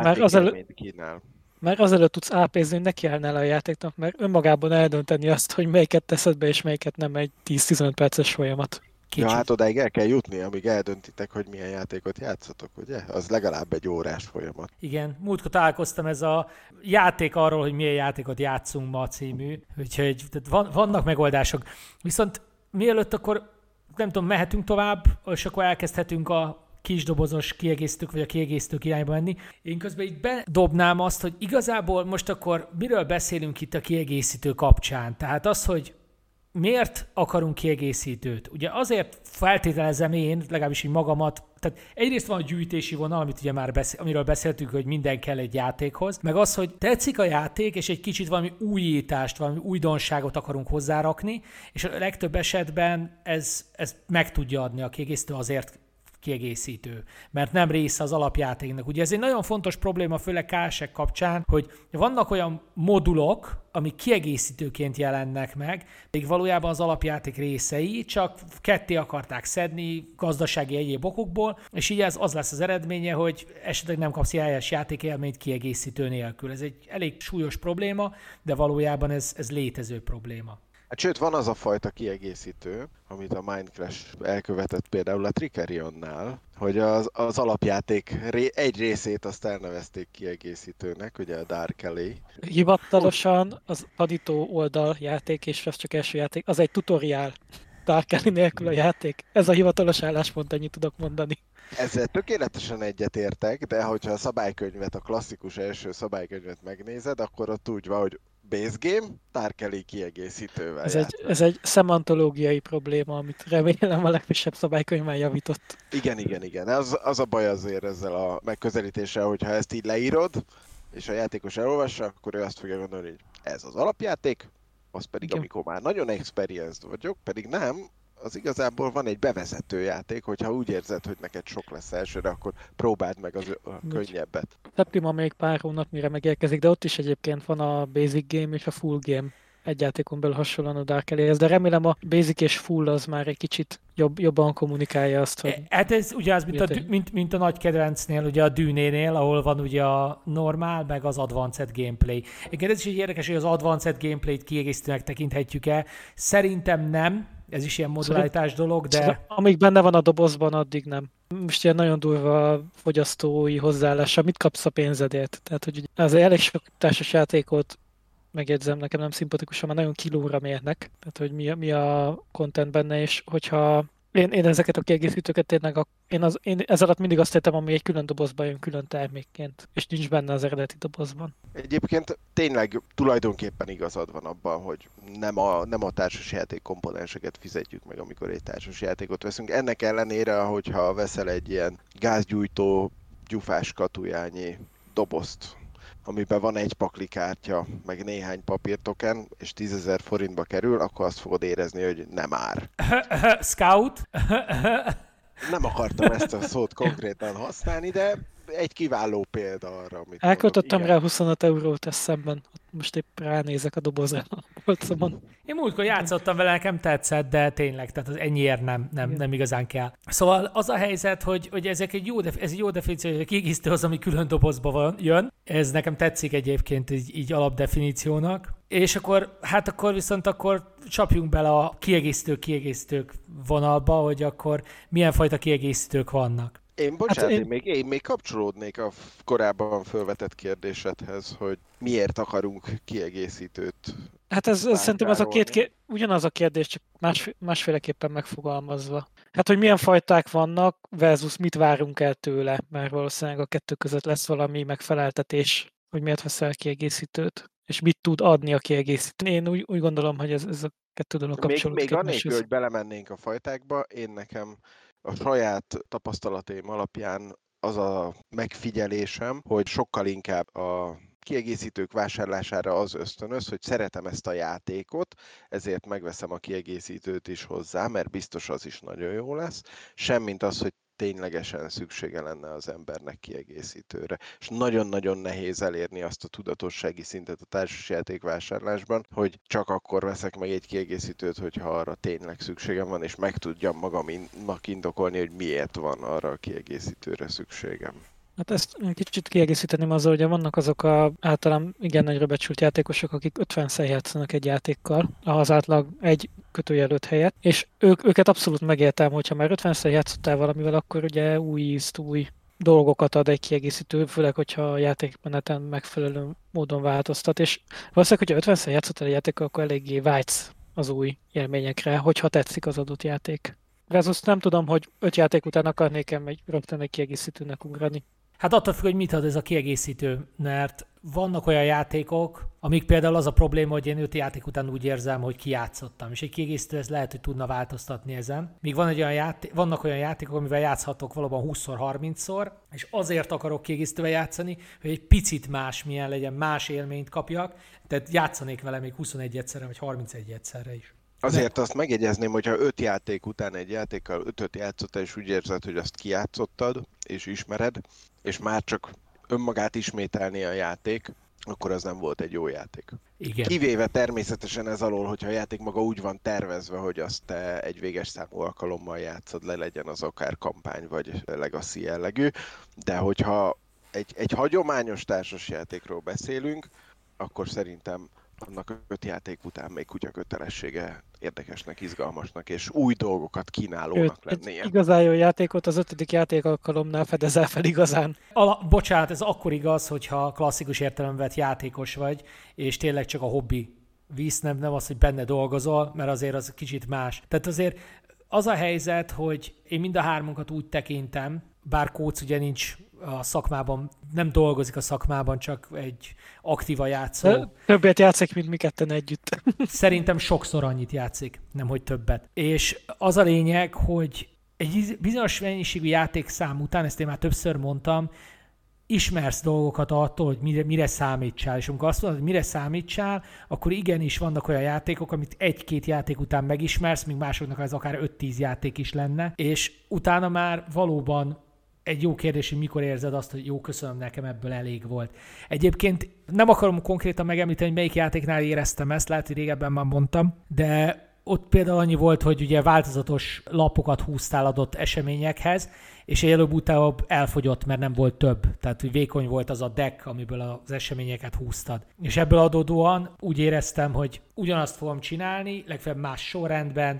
már azelőtt tudsz ápézni, hogy nekiállnál a játéknak, mert önmagában eldönteni azt, hogy melyiket teszed be, és melyiket nem egy 10-15 perces folyamat. Ja, hát odáig el kell jutni, amíg eldöntitek, hogy milyen játékot játszotok, ugye? Az legalább egy órás folyamat. Igen, múltkor találkoztam ez a játék arról, hogy milyen játékot játszunk ma című, úgyhogy vannak megoldások. Viszont mielőtt akkor, nem tudom, mehetünk tovább, és akkor elkezdhetünk a kisdobozos kiegészítők, vagy a kiegészítők irányba menni. Én közben így bedobnám azt, hogy igazából most akkor miről beszélünk itt a kiegészítő kapcsán. Tehát az, hogy miért akarunk kiegészítőt? Ugye azért feltételezem én, legalábbis így magamat, tehát egyrészt van a gyűjtési vonal, amit ugye már amiről beszéltünk, hogy minden kell egy játékhoz, meg az, hogy tetszik a játék, és egy kicsit valami újítást, valami újdonságot akarunk hozzárakni, és a legtöbb esetben ez meg tudja adni a kiegészítő, azért kiegészítő, mert nem része az alapjátéknak. Ugye ez egy nagyon fontos probléma, főleg KS-ek kapcsán, hogy vannak olyan modulok, amik kiegészítőként jelennek meg, még valójában az alapjáték részei, csak ketté akarták szedni gazdasági egyéb okokból, és így az lesz az eredménye, hogy esetleg nem kapsz teljes játékélményt kiegészítő nélkül. Ez egy elég súlyos probléma, de valójában ez létező probléma. Hát sőt, van az a fajta kiegészítő, amit a Minecraft elkövetett például a Trickerionnál, hogy az alapjáték egy részét azt elnevezték kiegészítőnek, ugye a Dark Alley. Hivatalosan az Paditó oldal játék, és ez csak első játék, az egy tutoriál. Dark Alley nélkül a játék. Ez a hivatalos álláspont, ennyit tudok mondani. Ezzel tökéletesen egyetértek, de hogyha a szabálykönyvet, a klasszikus első szabálykönyvet megnézed, akkor ott úgy van, hogy base game, Dark Alley kiegészítővel ez egy szemantológiai probléma, amit remélem a legfrissebb szabálykönyvben javított. Igen. Az a baj azért ezzel a megközelítéssel, hogyha ezt így leírod, és a játékos elolvassa, akkor ő azt fogja gondolni, hogy ez az alapjáték, az pedig igen. Amikor már nagyon experienced vagyok, pedig nem, az igazából van egy bevezető játék, hogyha úgy érzed, hogy neked sok lesz elsőre, akkor próbáld meg a könnyebbet. Szeptima még pár hónap, mire megérkezik, de ott is egyébként van a Basic Game és a Full Game. Egy játékon belül hasonlóan a Dark Alley-hez, de remélem a Basic és Full az már egy kicsit jobban kommunikálja azt, hogy... Hát ez ugye az, mint a nagy kedvencnél, ugye a Dűnénél, ahol van ugye a normál, meg az advanced gameplay. Igen, ez is egy érdekes, hogy az advanced gameplayt kiegészítőnek tekinthetjük-e. Szerintem nem, ez is ilyen modularitás dolog, de... Amíg benne van a dobozban, addig nem. Most ilyen nagyon durva fogyasztói hozzáállása, mit kapsz a pénzedért? Tehát, hogy az elég sok társasjátékot megjegyzem, nekem nem szimpatikusan, már nagyon kilóra mérnek, tehát hogy mi a content benne, és hogyha én ezeket a kiegészítőket tényleg, én ez alatt mindig azt tettem, ami egy külön dobozban jön, külön termékként, és nincs benne az eredeti dobozban. Egyébként tényleg tulajdonképpen igazad van abban, hogy nem a társasjáték komponenseket fizetjük meg, amikor egy társasjátékot veszünk. Ennek ellenére, hogyha veszel egy ilyen gázgyújtó, gyufás katujányi dobozt, amiben van egy paklikártya, meg néhány papírtoken, és 10 000 forintba kerül, akkor azt fogod érezni, hogy nem ár. Scout? Nem akartam ezt a szót konkrétan használni, de egy kiváló példa arra, amit Elköltöttem mondok. rá 25 eurót eszemben, most épp ránézek a dobozra a polcomon. Én múltkor játszottam vele, nekem tetszett, de tényleg, tehát az ennyiért nem igazán kell. Szóval az a helyzet, hogy ezek ez egy jó definíció, hogy a kiegészítő az, ami külön dobozba jön. Ez nekem tetszik egyébként így alapdefiníciónak. És akkor viszont csapjunk bele a kiegészítők vonalba, hogy akkor milyen fajta kiegészítők vannak. Én még kapcsolódnék a korábban felvetett kérdésedhez, hogy miért akarunk kiegészítőt. Hát ez szerintem az ugyanaz a kérdés, csak másféleképpen megfogalmazva. Hát, hogy milyen fajták vannak, versus mit várunk el tőle, mert valószínűleg a kettő között lesz valami megfeleltetés, hogy miért veszel kiegészítőt, és mit tud adni a kiegészítő. Én úgy gondolom, hogy ez a kettő dolog kapcsolódik. Még annélkül, hogy belemennénk a fajtákba, én nekem a saját tapasztalataim alapján az a megfigyelésem, hogy sokkal inkább a kiegészítők vásárlására az ösztönöz, hogy szeretem ezt a játékot, ezért megveszem a kiegészítőt is hozzá, mert biztos az is nagyon jó lesz, semmint az, hogy ténylegesen szüksége lenne az embernek kiegészítőre. És nagyon-nagyon nehéz elérni azt a tudatossági szintet a társasjáték vásárlásban, hogy csak akkor veszek meg egy kiegészítőt, hogyha arra tényleg szükségem van, és meg tudjam magamnak indokolni, hogy miért van arra a kiegészítőre szükségem. Hát ezt kicsit kiegészíteném azzal, hogy vannak azok általán igen nagyra becsült játékosok, akik 50-szer játszanak egy játékkal, az átlag egy kötőjelölt helyett, és őket abszolút megértem, hogyha már 50-szer játszottál valamivel, akkor ugye új ízt, új dolgokat ad egy kiegészítő, főleg, hogyha a játékmeneten megfelelő módon változtat, és valószínűleg, hogyha 50-szer játszottál egy játékkal, akkor eléggé vágysz az új élményekre, hogyha tetszik az adott játék. Versus nem tudom, hogy 5 játék után akarnék rögtön egy kiegészítőnek ugrani. Hát attól függ, hogy mit ad ez a kiegészítő, mert vannak olyan játékok, amik például az a probléma, hogy én 5 játék után úgy érzem, hogy kijátszottam, és egy kiegészítő ez lehet, hogy tudna változtatni ezen. Míg vannak olyan játékok, amivel játszhatok valóban 20-szor, 30-szor, és azért akarok kiegészítővel játszani, hogy egy picit milyen legyen, más élményt kapjak, tehát játszanék vele még 21 egyszerre, vagy 31 egyszerre is. Azért azt megjegyezném, hogyha 5 játék után egy játékkal 5-öt játszottál, és úgy érzed, hogy azt kijátszottad, és ismered, és már csak önmagát ismételni a játék, akkor az nem volt egy jó játék. Igen. Kivéve természetesen ez alól, hogyha a játék maga úgy van tervezve, hogy azt te egy véges számú alkalommal játszod le, legyen az akár kampány vagy legacy jellegű, de hogyha egy hagyományos társasjátékról beszélünk, akkor szerintem annak 5 játék után még kutya kötelessége érdekesnek, izgalmasnak és új dolgokat kínálónak lennie. Egy igazán jó játékot az 5. játék alkalomnál fedezel fel igazán. Bocsánat, ez akkor igaz, hogyha klasszikus értelemben vett játékos vagy, és tényleg csak a hobbi visz, nem az, hogy benne dolgozol, mert azért az kicsit más. Tehát azért az a helyzet, hogy én mind a hármunkat úgy tekintem, bár Kóc ugye nincs a szakmában, nem dolgozik a szakmában, csak egy aktíva játszó. Többet játszik, mint mi ketten együtt. Szerintem sokszor annyit játszik, nemhogy többet. És az a lényeg, hogy egy bizonyos mennyiségű játékszám után, ezt én már többször mondtam, ismersz dolgokat attól, hogy mire számítsál. És amikor azt mondod, hogy mire számítsál, akkor igenis vannak olyan játékok, amit 1-2 játék után megismersz, míg másoknak az akár 5-10 játék is lenne, és utána már valóban egy jó kérdés, hogy mikor érzed azt, hogy jó, köszönöm, nekem ebből elég volt. Egyébként nem akarom konkrétan megemlíteni, hogy melyik játéknál éreztem ezt, lehet, hogy régebben már mondtam, de ott például annyi volt, hogy ugye változatos lapokat húztál adott eseményekhez, és előbb-utább elfogyott, mert nem volt több. Tehát, hogy vékony volt az a deck, amiből az eseményeket húztad. És ebből adódóan úgy éreztem, hogy ugyanazt fogom csinálni, legfeljebb más sorrendben,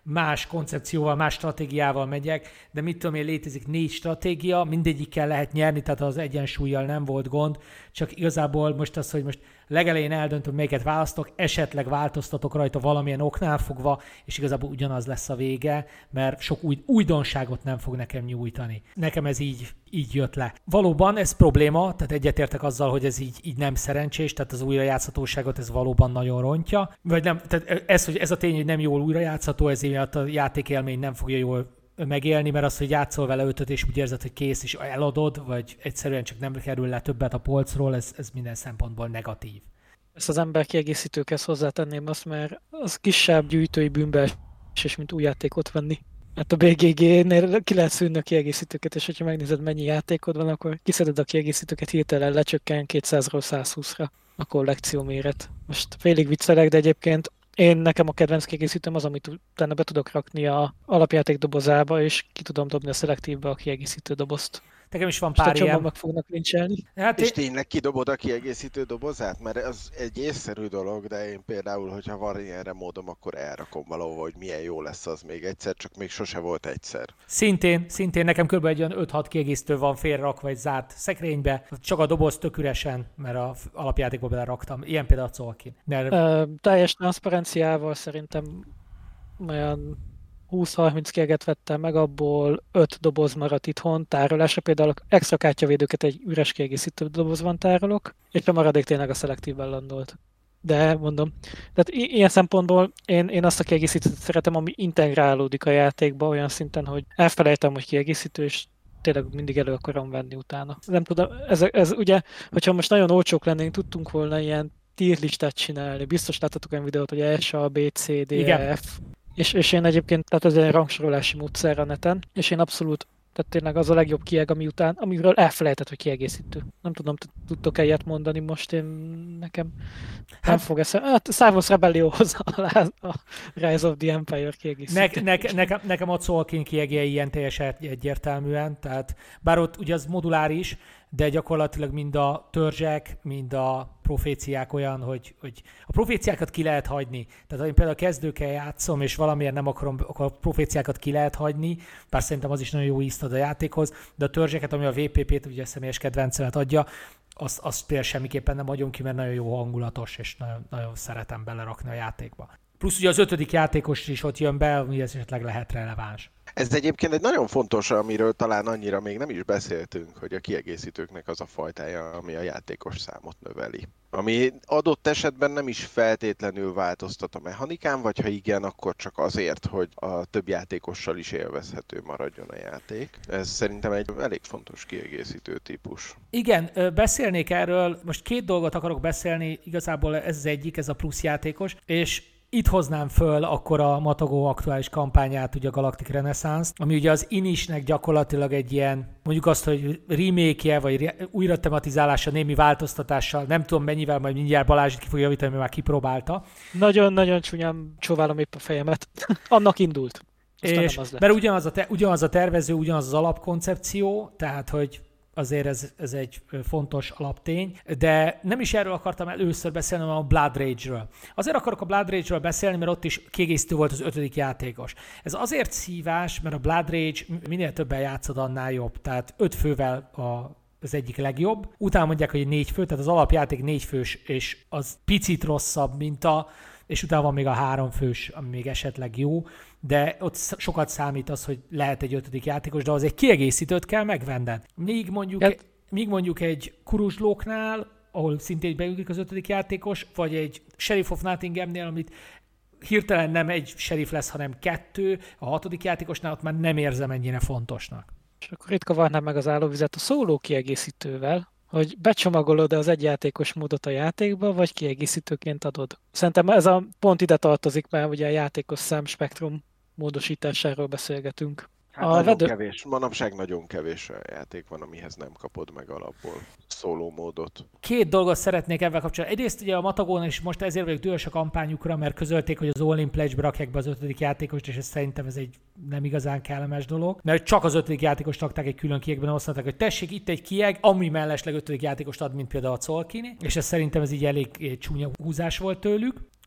más koncepcióval, más stratégiával megyek, de mit tudom én, létezik 4 stratégia, mindegyikkel lehet nyerni, tehát az egyensúlyjal nem volt gond, csak igazából most az, hogy most legelején eldöntöm, melyiket választok, esetleg változtatok rajta valamilyen oknál fogva, és igazából ugyanaz lesz a vége, mert sok újdonságot nem fog nekem nyújtani. Nekem ez így jött le. Valóban ez probléma, tehát egyetértek azzal, hogy ez így nem szerencsés, tehát az újrajátszhatóságot ez valóban nagyon rontja. Vagy nem, tehát ez a tény, hogy nem jól újrajátszható, ezért a játékélmény nem fogja jól megélni, mert az, hogy játszol vele 5-öt, és úgy érzed, hogy kész, és eladod, vagy egyszerűen csak nem kerül le többet a polcról, ez minden szempontból negatív. Ezt az ember kiegészítőkhez hozzátenném azt, mert az kisebb gyűjtői bűnbeesés, mint új játékot venni. Hát a BGG-nél ki lehet szűnni a kiegészítőket, és hogyha megnézed, mennyi játékod van, akkor kiszeded a kiegészítőket, hirtelen lecsökken 200-ról 120-ra a kollekció méret. Most félig viccelek, de egyébként nekem a kedvenc kiegészítőm az, amit utána be tudok rakni a alapjáték dobozába, és ki tudom dobni a szelektívbe a kiegészítő dobozt. Nekem is van pár ilyen. meg fognak lincselni. Hát és tényleg kidobod a kiegészítő dobozát? Mert ez egy észszerű dolog, de én például, hogyha van ilyenre módom, akkor elrakom valahova, hogy milyen jó lesz az még egyszer, csak még sose volt egyszer. Szintén nekem kb. Egy olyan 5-6 kiegészítő van félrakva egy zárt szekrénybe, csak a doboz tök üresen, mert az alapjátékba beleraktam. Ilyen például a Colkin. Teljes transzparenciával szerintem olyan 20-30 kérget vettem meg, abból 5 doboz maradt itthon tárolásra, például extra kártyavédőket egy üres kiegészítő dobozban tárolok, és a maradék tényleg a szelektívben landolt. De mondom, tehát ilyen szempontból én azt a kiegészítőt szeretem, ami integrálódik a játékba olyan szinten, hogy elfelejtem, hogy kiegészítő, és tényleg mindig elő akarom venni utána. Nem tudom, ez ugye, hogyha most nagyon olcsók lennénk, tudtunk volna ilyen tier listát csinálni. Biztos láttatok olyan videót, hogy S, A, B, C, D, E, F. És én egyébként, tehát ez egy rangsorolási módszer a neten, és én abszolút, tehát tényleg az a legjobb kieg, amiről elfelejtett, hogy kiegészítő. Nem tudom, tudtok-e ilyet mondani most, nekem nem fog eszembe. Hát Savos Rebellionhoz a Rise of the Empire kiegészítő. Nekem a Colkin kiegje ilyen teljesen egyértelműen, tehát bár ott ugye az moduláris, de gyakorlatilag mind a törzsek, mind a proféciák olyan, hogy a proféciákat ki lehet hagyni. Tehát ha én például kezdőkkel játszom, és valamiért nem akarom, akkor a proféciákat ki lehet hagyni, bár szerintem az is nagyon jó ízt ad a játékhoz, de a törzseket, ami a VPP-t, ugye a személyes kedvencemet adja, azt például semmiképpen nem hagyom ki, mert nagyon jó hangulatos, és nagyon, nagyon szeretem belerakni a játékba. Plusz ugye az 5. játékos is ott jön be, ami esetleg lehet releváns. Ez egyébként egy nagyon fontos, amiről talán annyira még nem is beszéltünk, hogy a kiegészítőknek az a fajtája, ami a játékos számot növeli. Ami adott esetben nem is feltétlenül változtat a mechanikán, vagy ha igen, akkor csak azért, hogy a több játékossal is élvezhető maradjon a játék. Ez szerintem egy elég fontos kiegészítő típus. Igen, beszélnék erről, most 2 dolgot akarok beszélni, igazából ez az egyik, ez a plusz játékos, és itt hoznám föl akkor a Matago aktuális kampányát, ugye a Galactic Renaissance, ami ugye az Inisnek gyakorlatilag egy ilyen, mondjuk azt, hogy remake-je, vagy újra tematizálása, némi változtatással, nem tudom mennyivel, majd mindjárt Balázs ki fogja javítani, mert már kipróbálta. Nagyon csúnyán csóválom épp a fejemet. Annak indult. És, mert ugyanaz a tervező, ugyanaz az alapkoncepció, tehát hogy azért ez egy fontos alaptény, de nem is erről akartam először beszélni, hanem a Blood Rage-ről. Azért akarok a Blood Rage-ről beszélni, mert ott is kiegészítő volt az 5. játékos. Ez azért szívás, mert a Blood Rage minél többen játszod, annál jobb. Tehát 5 fővel az egyik legjobb. Utána mondják, hogy 4 fő, tehát az alapjáték 4 fős, és az picit rosszabb, mint és utána van még a 3 fős, ami még esetleg jó, de ott sokat számít az, hogy lehet egy 5. játékos, de az egy kiegészítőt kell megvenned. Míg mondjuk egy Kuruzslóknál, ahol szintén beülik az 5. játékos, vagy egy Sheriff of Nottinghamnél, amit hirtelen nem egy sheriff lesz, hanem 2, a 6. játékosnál ott már nem érzem ennyire fontosnak. És akkor itt kavarnám meg az állóvizet a szóló kiegészítővel, hogy becsomagolod-e az egyjátékos módot a játékba, vagy kiegészítőként adod. Szerintem ez pont ide tartozik, mert ugye a játékos szám spektrum módosításáról beszélgetünk. Hát kevés. Manapság nagyon kevés játék van, amihez nem kapod meg alapból szóló módot. 2 dolgot szeretnék ebben kapcsolatban. Egyrészt ugye a Matagón is most ezért vagyok dühös a kampányukra, mert közölték, hogy az All-in Pledge-be rakják be az 5. játékost, és szerintem ez egy nem igazán kellemes dolog. Mert csak az 5. játékost rakták egy külön kiegben, azt mondták, hogy tessék, itt egy kieg, ami mellesleg 5. játékost ad, mint például a Colkini, és ez szerintem ez így elég csúnya húzás volt tőlük.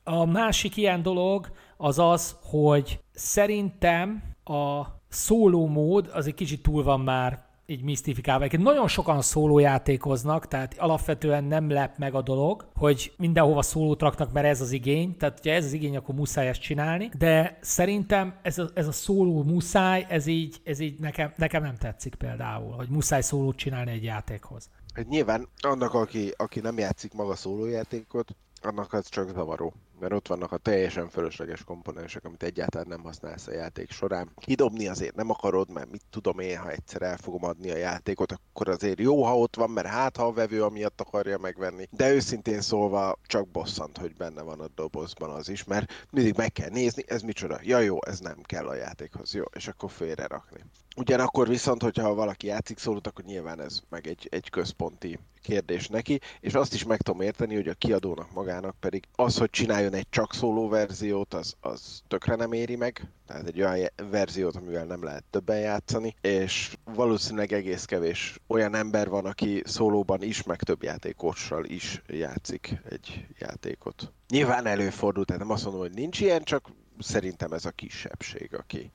A másik ilyen dolog az az, hogy szerintem a szóló mód az egy kicsit túl van már így misztifikálva. Nagyon sokan szólójátékoznak, tehát alapvetően nem lep meg a dolog, hogy mindenhova szólót raknak, mert ez az igény. Tehát, ha ez az igény, akkor muszáj ezt csinálni. De szerintem ez a szóló muszáj, ez így nekem nem tetszik például, hogy muszáj szólót csinálni egy játékhoz. Hát nyilván annak, aki nem játszik maga szólójátékot, annak az csak zavaró. Mert ott vannak a teljesen fölösleges komponensek, amit egyáltalán nem használsz a játék során. Kidobni azért nem akarod, mert mit tudom én, ha egyszer el fogom adni a játékot, akkor azért jó, ha ott van, mert hát ha a vevő amiatt akarja megvenni. De őszintén szólva csak bosszant, hogy benne van a dobozban az is, mert mindig meg kell nézni, ez micsoda. Ja jó, ez nem kell a játékhoz, jó, és akkor félre rakni. Ugyanakkor viszont, hogyha valaki játszik szólót, akkor nyilván ez meg egy központi kérdés neki, és azt is meg tudom érteni, hogy a kiadónak magának pedig az, hogy csináljon egy csak szóló verziót, az tökre nem éri meg, tehát egy olyan verziót, amivel nem lehet többen játszani, és valószínűleg egész kevés olyan ember van, aki szólóban is, meg több játékossal is játszik egy játékot. Nyilván előfordul, tehát nem azt mondom, hogy nincs ilyen, csak szerintem ez a kisebbség,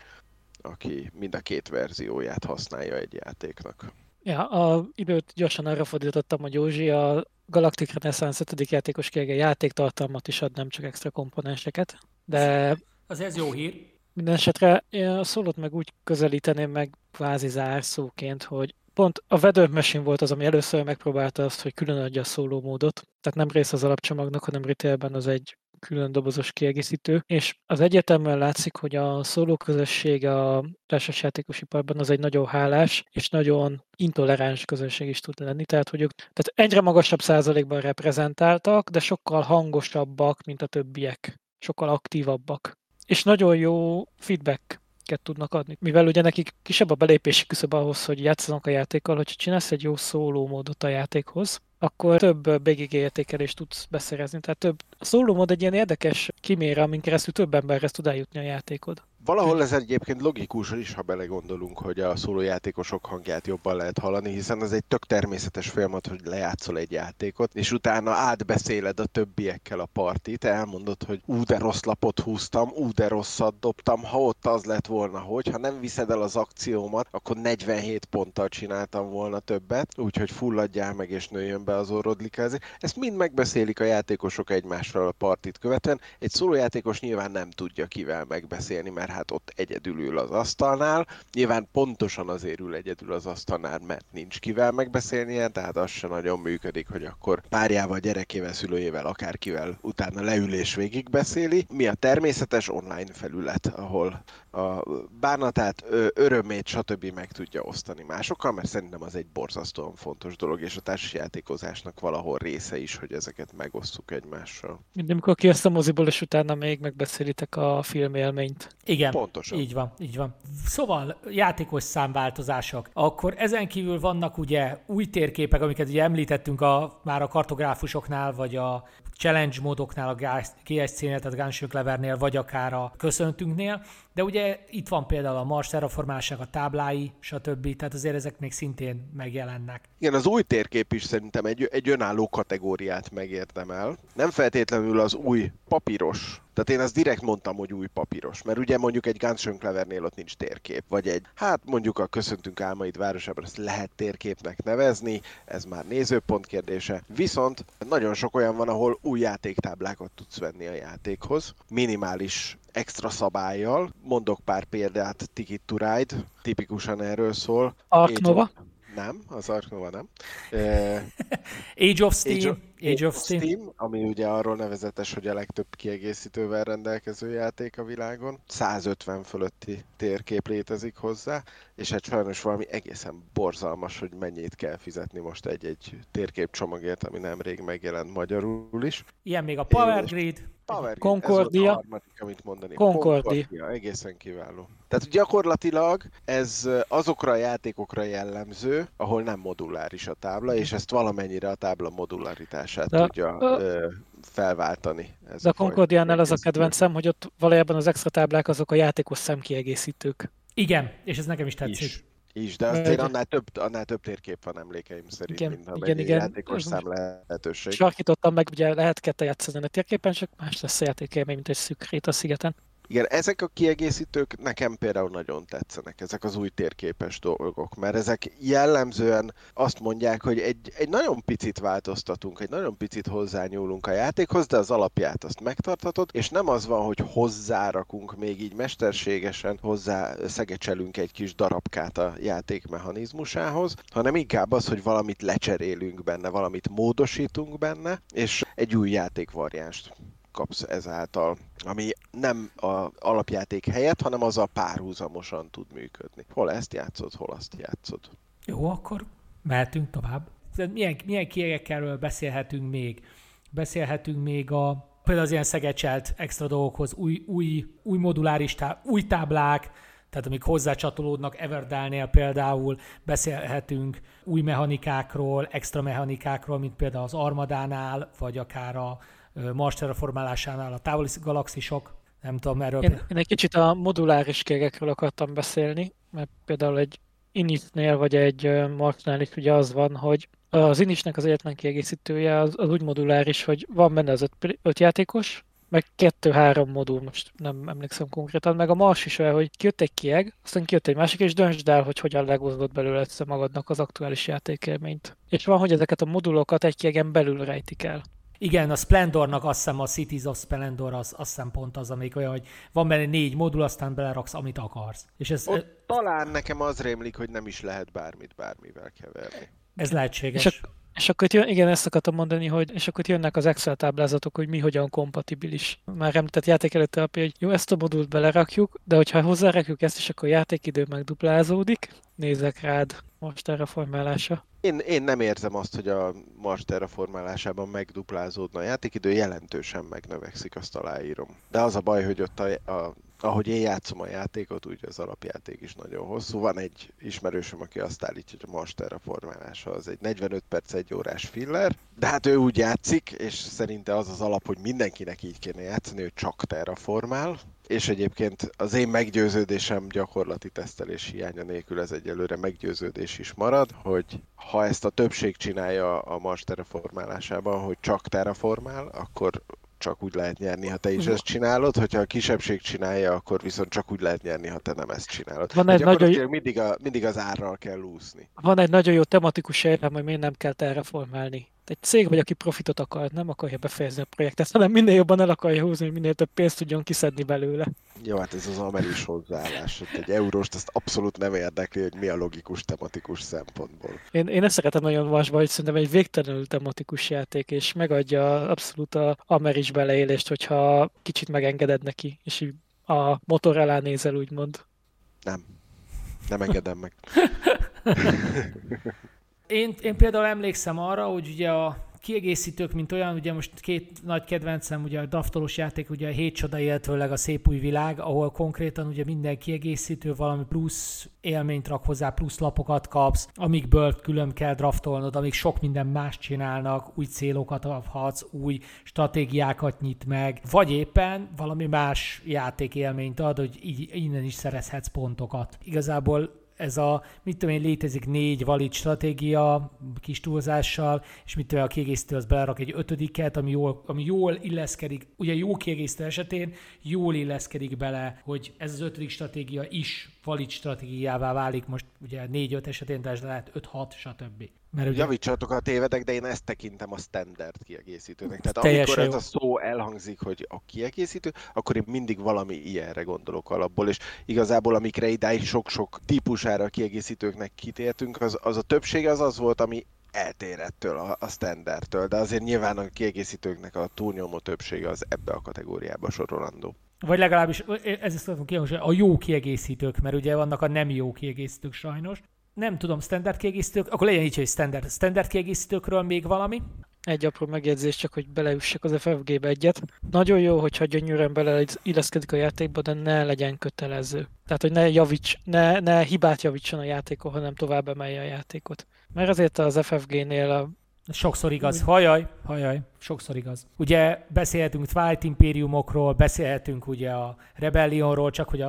aki mind a két verzióját használja egy játéknak. Ja, a időt gyorsan arra fordítottam, hogy Józsi a Galactic Renaissance 5. játékos kérge játéktartalmat is ad, nem csak extra komponenseket. De azért ez jó hír. minden esetre én a szólót meg úgy közelíteném meg kvázi zárszóként, hogy pont a Weather Machine volt az, ami először megpróbálta azt, hogy külön adja a szóló módot. Tehát nem rész az alapcsomagnak, hanem retailben az egy külön dobozos kiegészítő, és az egyértelműen látszik, hogy a szóló közösség a társasjátékos iparban az egy nagyon hálás és nagyon intoleráns közösség is tud lenni, tehát hogy ők egyre magasabb százalékban reprezentáltak, de sokkal hangosabbak, mint a többiek, sokkal aktívabbak, és nagyon jó feedback tudnak adni. Mivel ugye nekik kisebb a belépési küszöb ahhoz, hogy játszanak a játékkal, hogyha csinálsz egy jó szóló módot a játékhoz, akkor több BGG értékelést tudsz beszerezni. Tehát a szóló mód egy ilyen érdekes kimére, amin keresztül több emberhez tud eljutni a játékod. Valahol ez egyébként logikus is, ha belegondolunk, hogy a szólójátékosok hangját jobban lehet hallani, hiszen ez egy tök természetes folyamat, hogy lejátszol egy játékot, és utána átbeszéled a többiekkel a partit, elmondod, hogy de rossz lapot húztam, de rosszat dobtam, ha ott az lett volna, hogy ha nem viszed el az akciómat, akkor 47 ponttal csináltam volna többet, úgyhogy fulladjál meg és nőjön be az orrod likázni. Ezt mind megbeszélik a játékosok egymással a partit követően. Egy szólójátékos nyilván nem tudja kivel megbeszélni, mert hát ott egyedül ül az asztalnál. Nyilván pontosan azért ül egyedül az asztalnál, mert nincs kivel megbeszélnie, tehát az se nagyon működik, hogy akkor párjával, gyerekével, szülőjével, akárkivel utána leül és végigbeszéli. Mi a természetes online felület, ahol a bánatát, örömét, stb. Meg tudja osztani másokkal, mert szerintem az egy borzasztóan fontos dolog, és a társasjátékozásnak valahol része is, hogy ezeket megosztjuk egymással. Mint amikor kijössz a moziból, és utána még megbeszélitek a filmélményt. Igen, pontosan. Így van. Szóval játékos számváltozások. Akkor ezen kívül vannak ugye új térképek, amiket ugye említettünk már a kartográfusoknál, vagy a challenge módoknál, a GSC-nél, tehát Gunship Clevernél, vagy akár a köszöntünknél. De ugye itt van például a Mars terraformálásnak a táblái, stb. Tehát azért ezek még szintén megjelennek. Igen, az új térkép is szerintem egy önálló kategóriát megérdemel. Nem feltétlenül az új papíros. Tehát én azt direkt mondtam, hogy új papíros, mert ugye mondjuk egy Gunship Clevernél ott nincs térkép, vagy mondjuk a Köszöntünk Álmaid városában ezt lehet térképnek nevezni, ez már nézőpont kérdése. Viszont nagyon sok olyan van, ahol új játéktáblákat tudsz venni a játékhoz, minimális extra szabállyal. Mondok pár példát, Ticket to Ride, tipikusan erről szól. Ark Nova? Nem, az Ark Nova nem. Age of Steam, ami ugye arról nevezetes, hogy a legtöbb kiegészítővel rendelkező játék a világon. 150 fölötti térkép létezik hozzá, és hát sajnos valami egészen borzalmas, hogy mennyit kell fizetni most egy térképcsomagért, ami nemrég megjelent magyarul is. Ilyen még a Power Grid. Concordia. Ez a harmadik, amit mondani. Concordia. Egészen kiváló. Tehát gyakorlatilag ez azokra a játékokra jellemző, ahol nem moduláris a tábla, és ezt valamennyire a tábla modularitását tudja felváltani. De a Concordiánál az a kedvencem, hogy ott valójában az extra táblák azok a játékos szemkiegészítők. Igen, és ez nekem is tetszik. De azért annál több térkép van emlékeim szerint, Igen, mint igen, amennyi igen. játékos szám lehetőség. Sarkítottam meg, ugye lehet kettel játszani a térképen, csak más lesz a játékélmény, mint egy szűk rét a szigeten. Igen, ezek a kiegészítők nekem például nagyon tetszenek, ezek az új térképes dolgok, mert ezek jellemzően azt mondják, hogy egy nagyon picit változtatunk, egy nagyon picit hozzányúlunk a játékhoz, de az alapját azt megtarthatod, és nem az van, hogy hozzárakunk még így mesterségesen, hozzá szegecselünk egy kis darabkát a játék mechanizmusához, hanem inkább az, hogy valamit lecserélünk benne, valamit módosítunk benne, és egy új játékvariánst kapsz ezáltal, ami nem az alapjáték helyett, hanem azzal párhuzamosan tud működni. Hol ezt játszod, hol azt játszod. Jó, akkor mehetünk tovább. Milyen kiegekről beszélhetünk még? Beszélhetünk még például az ilyen szegecselt extra dolgokhoz, új moduláris új táblák, tehát amik hozzácsatolódnak Everdell-nél például, beszélhetünk új mechanikákról, extra mechanikákról, mint például az Armadánál, vagy akár a Mars terraformálásánál a távoli galaxisok, nem tudom erről. Én egy kicsit a moduláris kiegekről akartam beszélni, mert például egy Initnél vagy egy Marsnál is ugye az van, hogy az Initnek az egyetlen kiegészítője az úgy moduláris, hogy van benne az 5 játékos, meg 2-3 modul, most nem emlékszem konkrétan, meg a Mars is olyan, hogy kijött egy kieg, aztán kijött egy másik, és döntsd el, hogy hogyan legozdod belőle egyszer magadnak az aktuális játékélményt. És van, hogy ezeket a modulokat egy kiegen belül rejtik el. Igen, a Splendornak azt hiszem a Cities of Splendor azt hiszem pont az, amelyik olyan, hogy van benne 4 modul, aztán beleraksz, amit akarsz. És ez, talán nekem az rémlik, hogy nem is lehet bármit bármivel keverni. Ez lehetséges. És akkor igen, ezt akartam mondani, hogy és akkor jönnek az Excel táblázatok, hogy mi hogyan kompatibilis. Már említett játék előtt alapja, hogy jó, ezt a modult belerakjuk, de hogyha hozzárakjuk ezt is, akkor a játékidő megduplázódik. Nézzek rád, Mars terraformálása. Én nem érzem azt, hogy a Mars terraformálásában megduplázódna a játékidő, jelentősen megnövekszik, azt aláírom. De az a baj, hogy ott ahogy én játszom a játékot, úgy az alapjáték is nagyon hosszú. Van egy ismerősöm, aki azt állítja, hogy a Mars terraformálása az egy 45 perc, 1 órás filler, de hát ő úgy játszik, és szerinte az az alap, hogy mindenkinek így kéne játszani, hogy csak terraformál, és egyébként az én meggyőződésem gyakorlati tesztelés hiánya nélkül ez egyelőre meggyőződés is marad, hogy ha ezt a többség csinálja a Mars terraformálásában, hogy csak terraformál, akkor csak úgy lehet nyerni, ha te is ezt csinálod, hogyha a kisebbség csinálja, akkor viszont csak úgy lehet nyerni, ha te nem ezt csinálod. Mindig az árral kell úszni. Van egy nagyon jó tematikus érem, hogy miért nem kell terraformálni. Egy cég vagy, aki profitot akar, nem akarja befejezni a projektet, hanem minél jobban el akarja húzni, hogy minél több pénzt tudjon kiszedni belőle. Jó, hát ez az amerikai hozzáállás. Egy euróst azt abszolút nem érdekli, hogy mi a logikus tematikus szempontból. Én ezt szeretem nagyon Marsba, hogy szerintem egy végtelenül tematikus játék, és megadja abszolút a amerikai beleélést, hogyha kicsit megengeded neki, és így a motor alá nézel, úgymond. Nem engedem meg. Én például emlékszem arra, hogy ugye a kiegészítők, mint olyan, ugye most 2 nagy kedvencem, ugye a draftolós játék, ugye a 7 csoda, illetőleg a szép új világ, ahol konkrétan ugye minden kiegészítő valami plusz élményt rak hozzá, plusz lapokat kapsz, amikből külön kell draftolnod, amik sok minden más csinálnak, új célokat adhatsz, új stratégiákat nyit meg, vagy éppen valami más játékélményt ad, hogy innen is szerezhetsz pontokat. Igazából ez létezik 4 valid stratégia kis túlzással, és a kiegészítő az belerak egy 5-et, ami jól illeszkedik, ugye jó kiegészítő esetén jól illeszkedik bele, hogy ez az 5. stratégia is valid stratégiává válik, most ugye 4-5 esetén, de ez lehet 5-6, stb. Ugye... Javítsatok, ha tévedek, de én ezt tekintem a standard kiegészítőnek. Tehát teljesen amikor ez jó. a szó elhangzik, hogy a kiegészítő, akkor én mindig valami ilyenre gondolok alapból, és igazából amikre idáig sok-sok típusára a kiegészítőknek kitértünk, az a többsége az volt, ami eltér ettől a standardtől, de azért nyilván a kiegészítőknek a túlnyomó többsége az ebbe a kategóriába sorolandó. Vagy legalábbis, ez is a jó kiegészítők, mert ugye vannak a nem jó kiegészítők sajnos. Nem tudom, standard kiegészítők, akkor legyen így, hogy standard kiegészítőkről még valami. Egy apró megjegyzés, csak hogy beleüssek az FFG-be egyet. Nagyon jó, hogyha gyönyörűen beleilleszkedik a játékba, de ne legyen kötelező. Tehát, hogy ne hibát javítson a játékon, hanem tovább emelje a játékot. Mert azért az FFG-nél sokszor igaz. Hajaj, sokszor igaz. Ugye beszélhetünk Twilight Imperiumokról, beszélhetünk ugye a Rebellionról, csak hogy a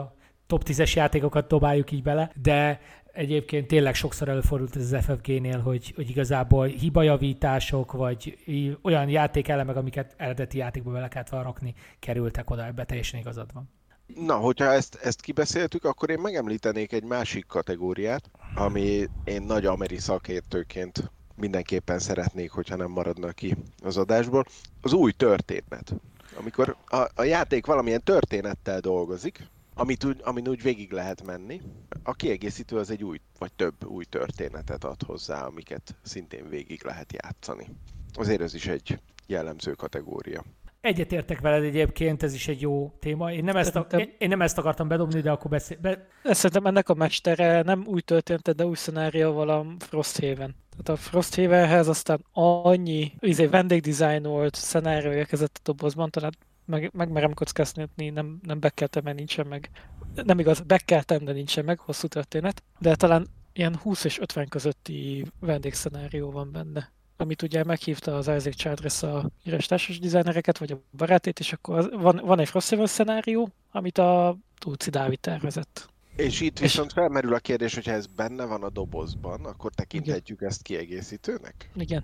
top 10-es játékokat dobáljuk így bele, de egyébként tényleg sokszor előfordult ez az FFG-nél, hogy igazából hibajavítások, vagy olyan játékelemek, amiket eredeti játékba bele kellett volna rakni, kerültek oda, ebbe teljesen igazad van. Na, hogyha ezt kibeszéltük, akkor én megemlítenék egy másik kategóriát, ami én nagy ameri szakértőként mindenképpen szeretnék, hogyha nem maradna ki az adásból. Az új történet. Amikor a játék valamilyen történettel dolgozik, amin úgy végig lehet menni, a kiegészítő az egy új, vagy több új történetet ad hozzá, amiket szintén végig lehet játszani. Azért ez is egy jellemző kategória. Egyetértek veled egyébként, ez is egy jó téma. Én nem ezt akartam bedobni, de akkor Szerintem ennek a mestere nem új történet, de új szenárióval a Frosthaven. Tehát a Frosthavenhez aztán annyi vendégdizájnolt szenárió érkezett a dobozban, talán megmerem kockáztatni, nem bekeltem, mert nincsen meg. Nem igaz, bekeltem, de nincsen meg, hosszú történet. De talán ilyen 20 és 50 közötti vendégszenárió van benne. Amit ugye meghívta az Isaac Childress a híres társas dizájnereket, vagy a barátét, és akkor van egy Frosthaven szenárió, amit a Dulci Dávid tervezett. És itt viszont felmerül a kérdés, hogyha ez benne van a dobozban, akkor tekinthetjük ezt kiegészítőnek? Igen.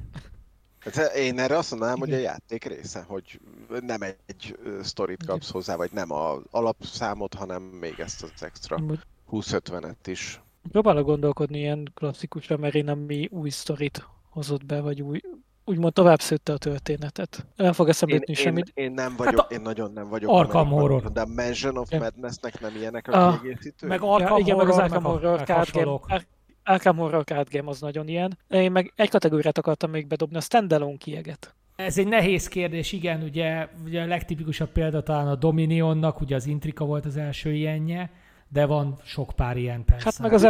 Hát én erre azt mondanám, hogy a játék része, hogy nem egy sztorit kapsz hozzá, vagy nem az alapszámot, hanem még ezt az extra 20-50-et is. Próbálok gondolkodni ilyen klasszikusra, mert én ami új sztorit hozott be, vagy úgymond tovább szőtte a történetet. Nem fog eszembe jutni semmit. Én nem vagyok, én nagyon nem vagyok. Arkham Horror. De a Mansion of Madnessnek nem ilyenek a kiegészítők? Meg Arkham igen, Horror, meg az Arkham Horror Card Game. Arkham Horror Card Game az nagyon ilyen. Én meg egy kategóriát akartam még bedobni, a standalone kieget. Ez egy nehéz kérdés, igen, ugye a legtipikusabb példa talán a Dominionnak, ugye az Intrika volt az első ilyenje, de van sok pár ilyen persze. Hát meg az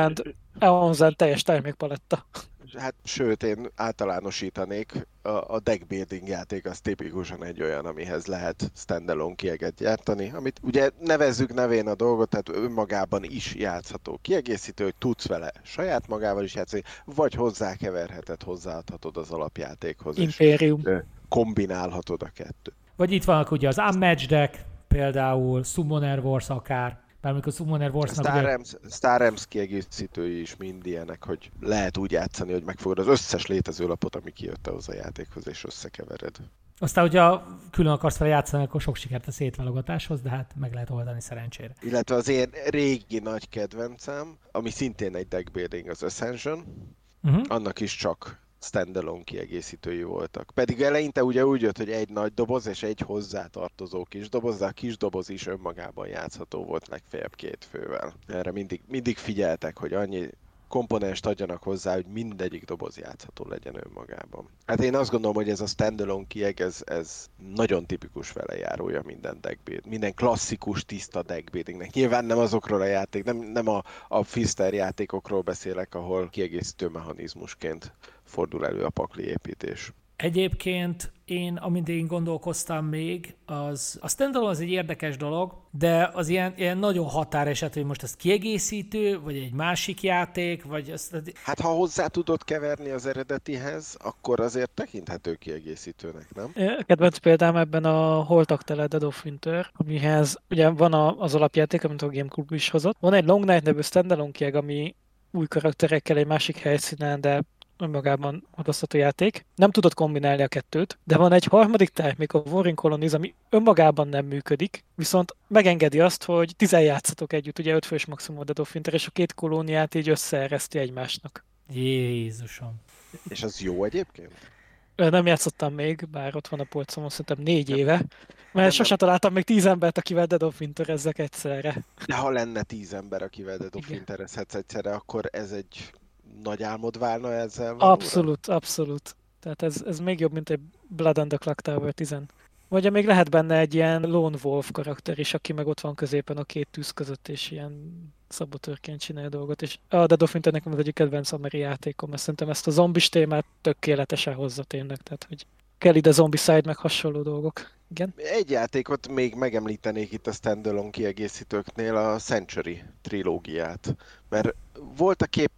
Eonzán teljes termékpaletta. Hát sőt, én általánosítanék, a deckbuilding játék az tipikusan egy olyan, amihez lehet standalone kieget gyártani, amit ugye nevezzük nevén a dolgot, tehát önmagában is játszható kiegészítő, hogy tudsz vele saját magával is játszani, vagy hozzákeverheted, hozzáadhatod az alapjátékhoz, Imperium. És kombinálhatod a kettőt. Vagy itt vannak ugye az Unmatched Deck, például Summoner Wars akár, bármikor Summoner Warsnak... Star Realms kiegészítői is mind ilyenek, hogy lehet úgy játszani, hogy megfogod az összes létező lapot, ami kijött ahhoz a játékhoz, és összekevered. Aztán, hogyha külön akarsz vele játszani, akkor sok sikert a szétválogatáshoz, de hát meg lehet oldani szerencsére. Illetve az én régi nagy kedvencem, ami szintén egy deckbuilding, az Ascension, annak is csak standalone kiegészítői voltak. Pedig eleinte ugye úgy jött, hogy egy nagy doboz és egy hozzátartozó kis doboz, de a kis doboz is önmagában játszható volt legfeljebb 2 fővel. Erre mindig figyeltek, hogy annyi komponenst adjanak hozzá, hogy mindegyik doboz játszható legyen önmagában. Hát én azt gondolom, hogy ez a standalone kieg, ez nagyon tipikus velejárója minden deckbuild, minden klasszikus tiszta deckbuildingnek. Nyilván nem azokról a játék, nem a Fister játékokról beszélek, ahol kiegészítő mechanizmusként fordul elő a pakli építés. Egyébként amint én gondolkoztam még, a standalone az egy érdekes dolog, de az ilyen nagyon határeset, hogy most ez kiegészítő, vagy egy másik játék, vagy azt... Hát ha hozzá tudod keverni az eredetihez, akkor azért tekinthető kiegészítőnek, nem? Kedvenc példám ebben a Holtak tele Dead of Winter, amihez ugye van az alapjáték, amit a Game Club is hozott. Van egy Long Night nevű standalone kieg, ami új karakterekkel egy másik helyszínen, de önmagában hordozható játék. Nem tudod kombinálni a kettőt, de van egy harmadik termék, a Warring Colonies, ami önmagában nem működik, viszont megengedi azt, hogy 10 játszatok együtt, ugye 5 fős maximum a Dead of Winter, és a 2 kolóniát így összeereszti egymásnak. Jézusom. És az jó egyébként? Nem játszottam még, bár ott van a polcomon, szerintem 4 éve, mert sosem találtam még 10 embert, akivel Dead of Winter ezzek egyszerre. De ha lenne 10 ember, akivel Dead of Winter ezhetsz egyszerre, akkor ez egy nagy álmod válna ezzel? Abszolút. Tehát ez még jobb, mint egy Blood and the Clock Tower 10. Vagy még lehet benne egy ilyen Lone Wolf karakter is, aki meg ott van középen a 2 tűz között, és ilyen szabotőrként csinálja dolgot. És a Dead of Winter nekem az egyik kedvenc ameri játékom, mert szerintem ezt a zombis témát tökéletesen hozza tényleg. Tehát, hogy kell ide Zombicide, meg hasonló dolgok. Igen? Egy játékot még megemlítenék itt a standalone kiegészítőknél, a Century trilógiát. Mert voltak éppen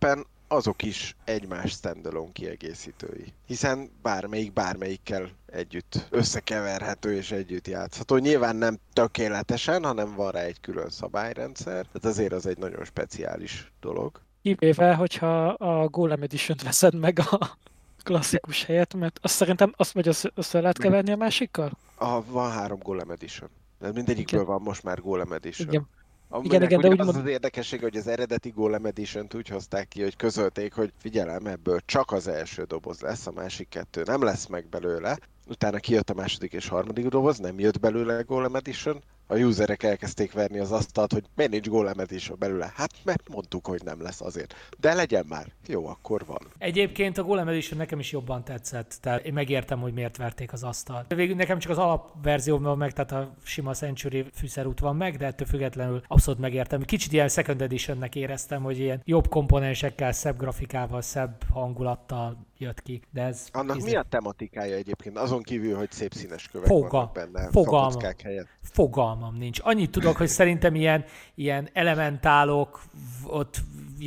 azok is egymás standalone kiegészítői. Hiszen bármelyikkel együtt összekeverhető és együtt játszható. Nyilván nem tökéletesen, hanem van rá egy külön szabályrendszer, tehát azért az egy nagyon speciális dolog. Kivéve, hogyha a Golem Edition-t veszed meg a klasszikus helyett, mert azt szerintem össze lehet keverni a másikkal? Van 3 Golem Edition. De mindegyikből van most már Golem Edition. Igen. Igen, de az érdekesség, hogy az eredeti Golem Edition-t úgy hozták ki, hogy közölték, hogy figyelem, ebből csak az első doboz lesz, a másik 2 nem lesz meg belőle. Utána kijött a második és harmadik doboz, nem jött belőle Golem Edition. A userek elkezdték verni az asztalt, hogy miért nincs Golem Edition belőle. Hát mert mondtuk, hogy nem lesz azért. De legyen már. Jó, akkor van. Egyébként a Golem Edition nekem is jobban tetszett. Tehát én megértem, hogy miért verték az asztalt. Végül nekem csak az alapverzióm van meg, tehát a sima Century fűszerút van meg, de ettől függetlenül abszolút megértem. Kicsit ilyen Second Editionnek éreztem, hogy ilyen jobb komponensekkel, szebb grafikával, szebb hangulattal jött ki. De ez annak mi a tematikája egyébként? Azon kívül, hogy szép színes kövek vannak benne. Fokockák helyett. Fogalmam nincs. Annyit tudok, hogy szerintem ilyen elementálok ott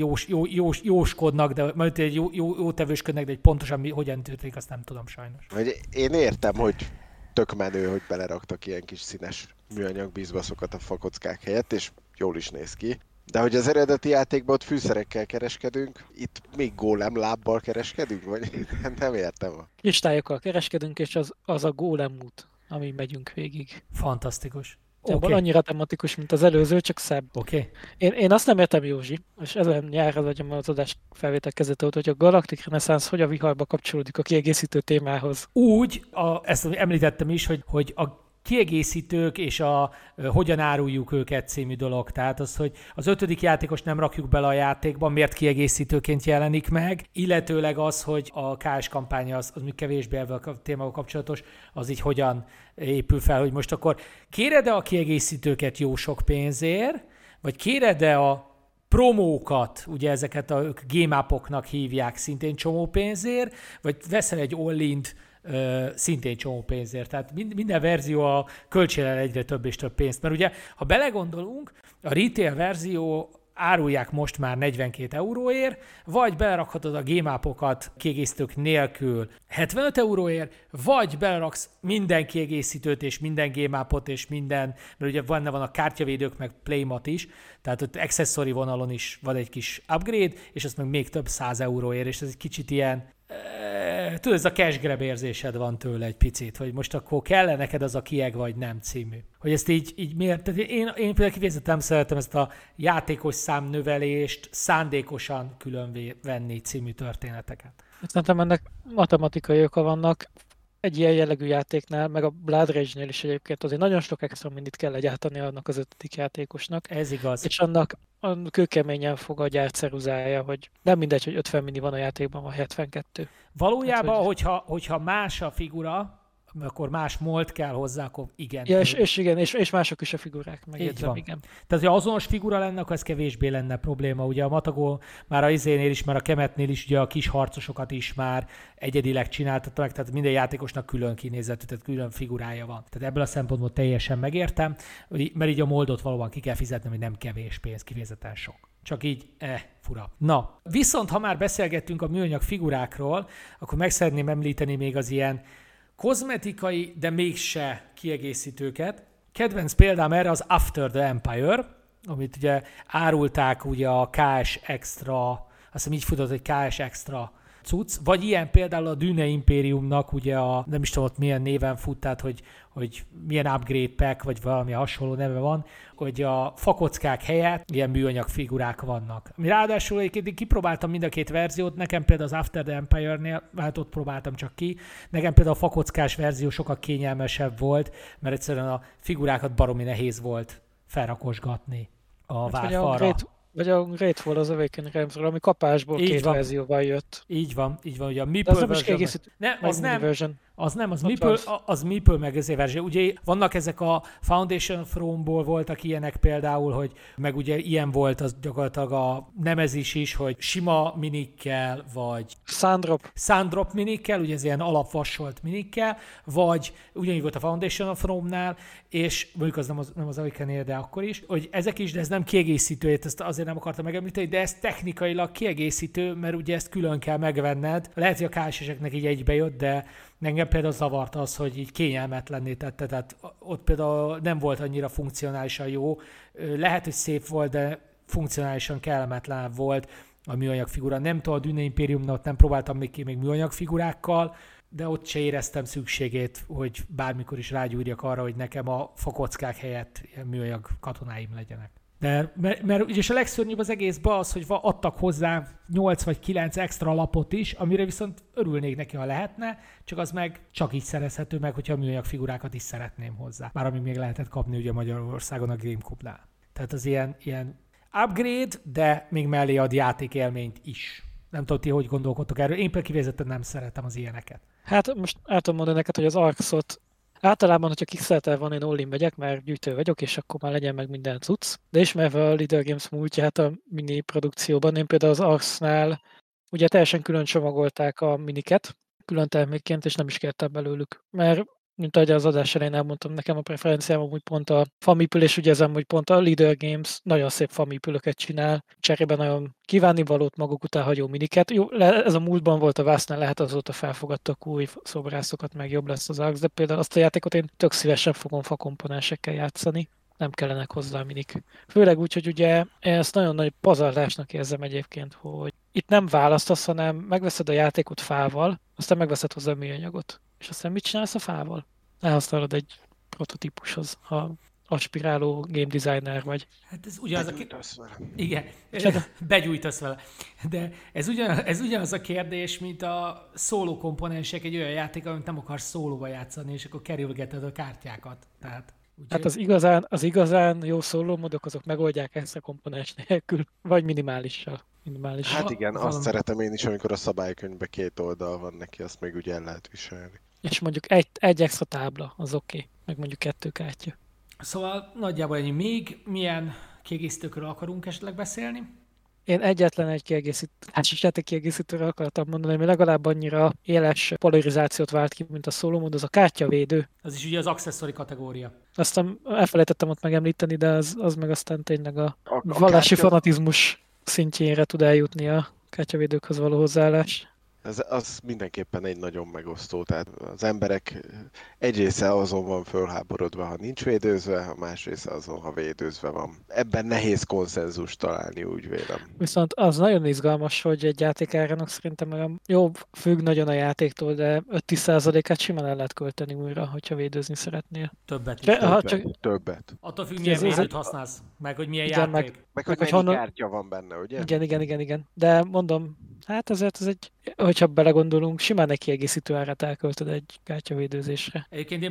jóskodnak, de majd jó tevősködnek, de hogy pontosan hogyan történik, azt nem tudom sajnos. Én értem, hogy tök menő, hogy beleraktak ilyen kis színes műanyag bízbaszokat a fakockák helyett, és jól is néz ki. De hogy az eredeti játékban ott fűszerekkel kereskedünk, itt még gólem lábbal kereskedünk, vagy nem értem. Kristályokkal kereskedünk, és az a Golem út, amin megyünk végig. Fantasztikus. Okay. Annyira tematikus, mint az előző, csak szebb. Okay. Én azt nem értem, Józsi, és ezen nyárra vagyom az adás felvétel kezdete óta, hogy a Galactic Renaissance hogy a viharba kapcsolódik a kiegészítő témához. Úgy, ezt említettem is, hogy a kiegészítők és a hogyan áruljuk őket című dolog. Tehát az, hogy az 5. játékos nem rakjuk bele a játékba, miért kiegészítőként jelenik meg, illetőleg az, hogy a KS kampánya az még kevésbé a témával kapcsolatos, az így hogyan épül fel, hogy most akkor kéred-e a kiegészítőket jó sok pénzért, vagy kéred-e a promókat, ugye ezeket a game up-oknak hívják szintén csomó pénzért, vagy veszel egy all-int szintén csomó pénzért. Tehát minden verzió a költségel egyre több és több pénzt. Mert ugye, ha belegondolunk, a retail verzió árulják most már 42 euróért, vagy belerakhatod a game up-okat kiegészítők nélkül 75 euróért, vagy beleraksz minden kiegészítőt és minden game up-ot és minden, mert ugye van a kártyavédők meg playmat is, tehát ott accessory vonalon is van egy kis upgrade, és azt meg még több 100 euróért, és ez egy kicsit ilyen tudod, ez a cash grab érzésed van tőle egy picit, hogy most akkor kell neked az a kieg vagy nem című. Hogy ezt így miért? Tehát én például kifejezetten szeretem ezt a játékos számnövelést szándékosan külön venni című történeteket. Szerintem ennek matematikai oka vannak. Egy ilyen jellegű játéknál, meg a Blood Rage-nél is egyébként azért nagyon sok extra mindit kell legyártani annak az 5. játékosnak. Ez igaz. És annak kőkeményen fog a gyárceruzája, hogy nem mindegy, hogy 50 mini van a játékban, vagy 72. Valójában, hát, hogyha más a figura, akkor más mold kell hozzá, akkor igen. Ja, és mások is a figurák, megjegyzem, igen. Tehát, ha azonos figura lenne, akkor ez kevésbé lenne probléma. Ugye a Matago már a izénél is, már a Kemetnél is, ugye a kis harcosokat is már egyedileg csináltatta meg, tehát minden játékosnak külön kinézetű, tehát külön figurája van. Tehát ebből a szempontból teljesen megértem, mert így a moldot valóban ki kell fizetni, hogy nem kevés pénz, kifejezetten sok. Csak így, fura. Na, viszont ha már beszélgettünk a műanyag figurákról, akkor meg szeretném említeni még az ilyen kozmetikai, de mégse kiegészítőket. Kedvenc példám erre az After the Empire, amit ugye árulták ugye a KS Extra, azt hiszem így futott, hogy KS Extra cucc, vagy ilyen például a Dune Imperiumnak ugye nem is tudom ott milyen néven fut, tehát hogy milyen upgrade pack, vagy valami hasonló neve van, hogy a fakockák helyett ilyen műanyag figurák vannak. Ráadásul egyébként kipróbáltam mind a két verziót, nekem például az After the Empire-nél, hát ott próbáltam csak ki, nekem például a fakockás verzió sokkal kényelmesebb volt, mert egyszerűen a figurákat baromi nehéz volt felrakosgatni a várfalra. Vagy a Grateful az Awakening Realmsről, ami kapásból két verzióval jött. Így van. Ugye a Meeple version. Az nem, az Meeple meg az verzió. Ugye vannak ezek a Foundation Throne-ból voltak ilyenek például, hogy meg ugye ilyen volt az gyakorlatilag a Nemesis is, hogy sima minikkel, vagy Sandrop minikkel, ugye ez ilyen alapvassolt minikkel, vagy ugyanígy volt a Foundation Throne-nál, és mondjuk az nem az Awakening, de akkor is, hogy ezek is, de ez nem kiegészítő, ezt azért nem akartam megemlíteni, de ez technikailag kiegészítő, mert ugye ezt külön kell megvenned. Lehet, hogy a KSS-eknek így egybe jött, de engem például zavart az, hogy így kényelmetlenné tette, tehát ott például nem volt annyira funkcionálisan jó. Lehet, hogy szép volt, de funkcionálisan kellemetlen volt a műanyag figura. Nem tudom, a Dune Imperiumnál ott nem próbáltam még ki műanyag figurákkal, de ott se éreztem szükségét, hogy bármikor is rágyúrjak arra, hogy nekem a fakockák helyett ilyen műanyag katonáim legyenek. De, mert ugye a legszörnyűbb az egészben az, hogy adtak hozzá 8 vagy 9 extra lapot is, amire viszont örülnék neki, ha lehetne, csak az meg csak így szerezhető meg, hogyha a műanyag figurákat is szeretném hozzá. Már amíg még lehetett kapni ugye Magyarországon a GameCube-nál. Tehát az ilyen upgrade, de még mellé ad játékélményt is. Nem tudom, ti hogy gondolkodtok erről. Én például kifejezetten nem szeretem az ilyeneket. Hát most el tudom mondani neked, hogy az Arxot általában, hogyha Kickstarter van, én all-in megyek, mert gyűjtő vagyok, és akkor már legyen meg minden cucc. De ismerve a Leader Games múltját a mini produkcióban, én például az Arxnál ugye teljesen külön csomagolták a miniket, külön termékként, és nem is kértem belőlük. Mert, mint ahogy az adás elején elmondtam, nekem a preferenciám amúgy pont a famipül, és ugye ezen, hogy pont a Leader Games nagyon szép famipülöket csinál, cserébe nagyon kívánnivalót maguk után hagyó miniket. Jó, ez a múltban volt a Vásznál, lehet azóta felfogadtak új szobrászokat, meg jobb lesz az Arx, de például azt a játékot én tök szívesen fogom fakomponensekkel játszani. Nem kellenek hozzá minik. Főleg úgy, hogy ugye ezt nagyon nagy pazarlásnak érzem egyébként, hogy itt nem választasz, hanem megveszed a játékot fával, aztán megveszed hozzá a műanyagot. És aztán mit csinálsz a fával? Elhasználod egy prototípushoz, ha aspiráló game designer vagy. Hát ez ugyanaz Begyújtasz vele. Igen, begyújtasz vele. De ez ugyanaz a kérdés, mint a szóló komponensek egy olyan játék, amit nem akarsz szólóba játszani, és akkor kerülgeted a kártyákat. Tehát, hát az igazán jó szólómodok, azok megoldják ezt a komponens nélkül, vagy minimálisan. Hát igen, azt szeretem én is, amikor a szabálykönyvben 2 oldal van neki, azt még ugye el lehet viselni. És mondjuk egy extra tábla, az oké. Meg mondjuk 2 kártya. Szóval nagyjából ennyi. Még milyen kiegészítőkről akarunk esetleg beszélni? Én egyetlen egy kiegészítőről akartam mondani, ami legalább annyira éles polarizációt vált ki, mint a szólómód, az a kártyavédő. Az is ugye az accessory kategória. Aztán elfelejtettem ott megemlíteni, de az meg aztán tényleg a vallási fanatizmus szintjére tud eljutni a kártyavédőkhöz való hozzáállás. Az mindenképpen egy nagyon megosztó, tehát az emberek egy része azon van fölháborodva, ha nincs védőzve, a más része azon, ha védőzve van. Ebben nehéz konszenzust találni, úgy vélem. Viszont az nagyon izgalmas, hogy egy játékárának szerintem olyan jó, függ nagyon a játéktól, de 5-10%-át simán el lehet költeni újra, hogyha védőzni szeretnél. Többet is. Többet. Attól függ, milyen védőt használsz, meg hogy milyen játék. Meg hogy mennyi kártya van benne, ugye? Igen. De mondom, hát azért ez egy, hogyha belegondolunk, simán egy kiegészítő árat elköltöd egy kártyavédőzésre. Egyébként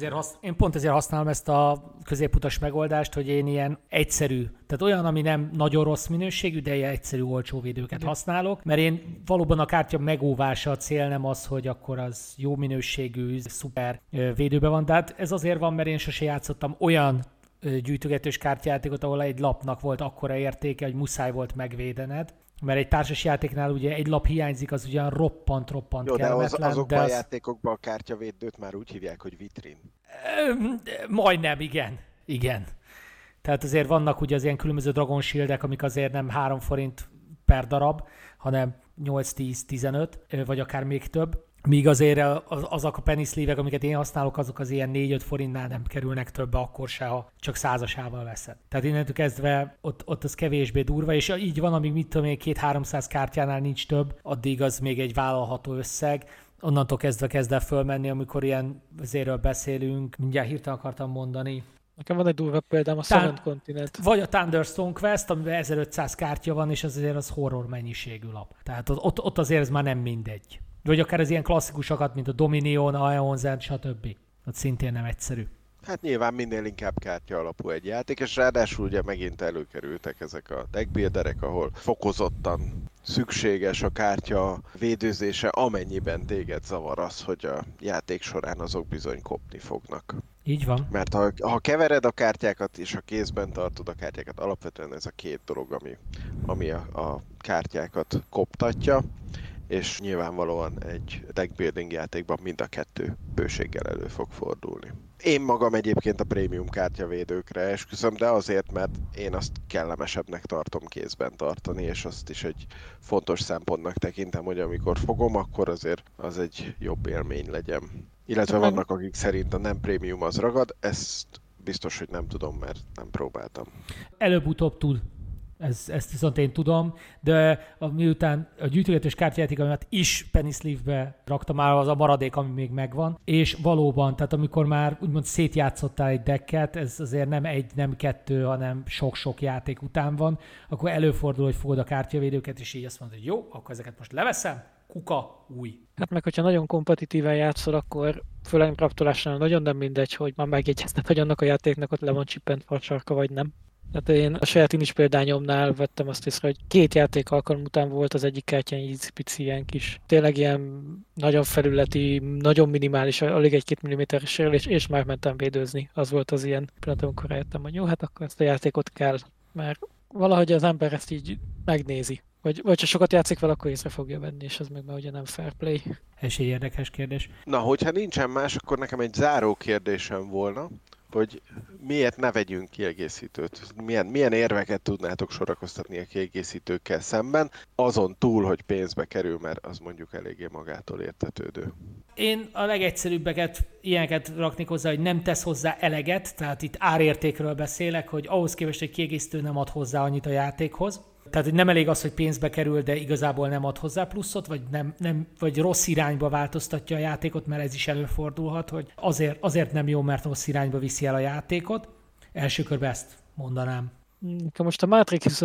én pont ezért használom ezt a középutas megoldást, hogy én ilyen egyszerű, tehát olyan, ami nem nagyon rossz minőségű, de ilyen egyszerű, olcsó védőket használok, mert én valóban a kártya megóvása a cél, nem az, hogy akkor az jó minőségű, szuper védőben van. Tehát ez azért van, mert én sose játszottam olyan gyűjtögetős kártyajátékot, ahol egy lapnak volt akkora értéke, hogy muszáj volt megvédened. Mert egy társas játéknál ugye egy lap hiányzik, az ugyan roppant jó, kellemetlen. De azokban a játékokban a kártyavédőt már úgy hívják, hogy vitrin. Majdnem, igen. Tehát azért vannak ugye az ilyen különböző Dragon Shield-ek, amik azért nem 3 forint per darab, hanem 8-10-15, vagy akár még több. Míg azért azok a penny sleeve-ek, amiket én használok, azok az ilyen 4-5 forintnál nem kerülnek többe, akkor se, ha csak 100-asával veszed. Tehát innentől kezdve ott az kevésbé durva, és így van, amíg mit tudom én, 200-300 kártyánál nincs több, addig az még egy vállalható összeg. Onnantól kezdve kezd el fölmenni, amikor ilyen zéről beszélünk. Mindjárt hirtelen akartam mondani. Nekem van egy durva példám, a Seventh Continent. Vagy a Thunderstone Quest, amiben 1500 kártya van, és azért az horror mennyiségű lap. Tehát ott azért ez már nem mindegy. Vagy akár az ilyen klasszikusokat, mint a Dominion, Aeon's End, stb. Ott szintén nem egyszerű. Hát nyilván minél inkább kártya alapú egy játék, és ráadásul ugye megint előkerültek ezek a deckbuilderek, ahol fokozottan szükséges a kártya védőzése, amennyiben téged zavar az, hogy a játék során azok bizony kopni fognak. Így van. Mert ha kevered a kártyákat és a kézben tartod a kártyákat, alapvetően ez a két dolog, ami a kártyákat koptatja, és nyilvánvalóan egy deckbuilding játékban mind a kettő bőséggel elő fog fordulni. Én magam egyébként a prémium kártyavédőkre esküszöm, de azért, mert én azt kellemesebbnek tartom kézben tartani, és azt is egy fontos szempontnak tekintem, hogy amikor fogom, akkor azért az egy jobb élmény legyen. Illetve vannak, akik szerint a nem prémium az ragad, ezt biztos, hogy nem tudom, mert nem próbáltam. Előbb-utóbb tud. Ezt viszont én tudom, de miután a gyűjtögetős kártyajátékomat is penny sleeve-be raktam, már az a maradék, ami még megvan, és valóban, tehát amikor már úgymond szétjátszottál egy decket, ez azért nem egy, nem kettő, hanem sok-sok játék után van, akkor előfordul, hogy fogod a kártyavédőket, és így azt mondod, hogy jó, akkor ezeket most leveszem, kuka, új. Hát meg, hogyha nagyon kompetitíven játszol, akkor főleg raptolásnál nagyon nem mindegy, hogy már megjegyezted, hogy annak a játéknak ott le van csippent farcsarka, vagy nem. Tehát én a saját inis példányomnál vettem azt észre, hogy 2 játék alkalom után volt az egyik kártyán egy pici ilyen kis, tényleg ilyen nagyon felületi, nagyon minimális, alig 1-2 mm-es sérülés, és már mentem védőzni. Az volt az ilyen pillanat, amikor rájöttem, hogy jó, hát akkor ezt a játékot kell, mert valahogy az ember ezt így megnézi. Vagy ha sokat játszik vele, akkor észre fogja venni, és az meg már ugye nem fair play. Ez egy érdekes kérdés. Na, hogyha nincsen más, akkor nekem egy záró kérdésem volna, hogy miért ne vegyünk kiegészítőt? Milyen érveket tudnátok sorakoztatni a kiegészítőkkel szemben, azon túl, hogy pénzbe kerül, mert az mondjuk eléggé magától értetődő. Én a legegyszerűbbeket, ilyeneket raknék hozzá, hogy nem tesz hozzá eleget, tehát itt árértékről beszélek, hogy ahhoz képest egy kiegészítő nem ad hozzá annyit a játékhoz. Tehát, hogy nem elég az, hogy pénzbe kerül, de igazából nem ad hozzá pluszot, vagy rossz irányba változtatja a játékot, mert ez is előfordulhat, hogy azért nem jó, mert rossz irányba viszi el a játékot. Első körben ezt mondanám. Most a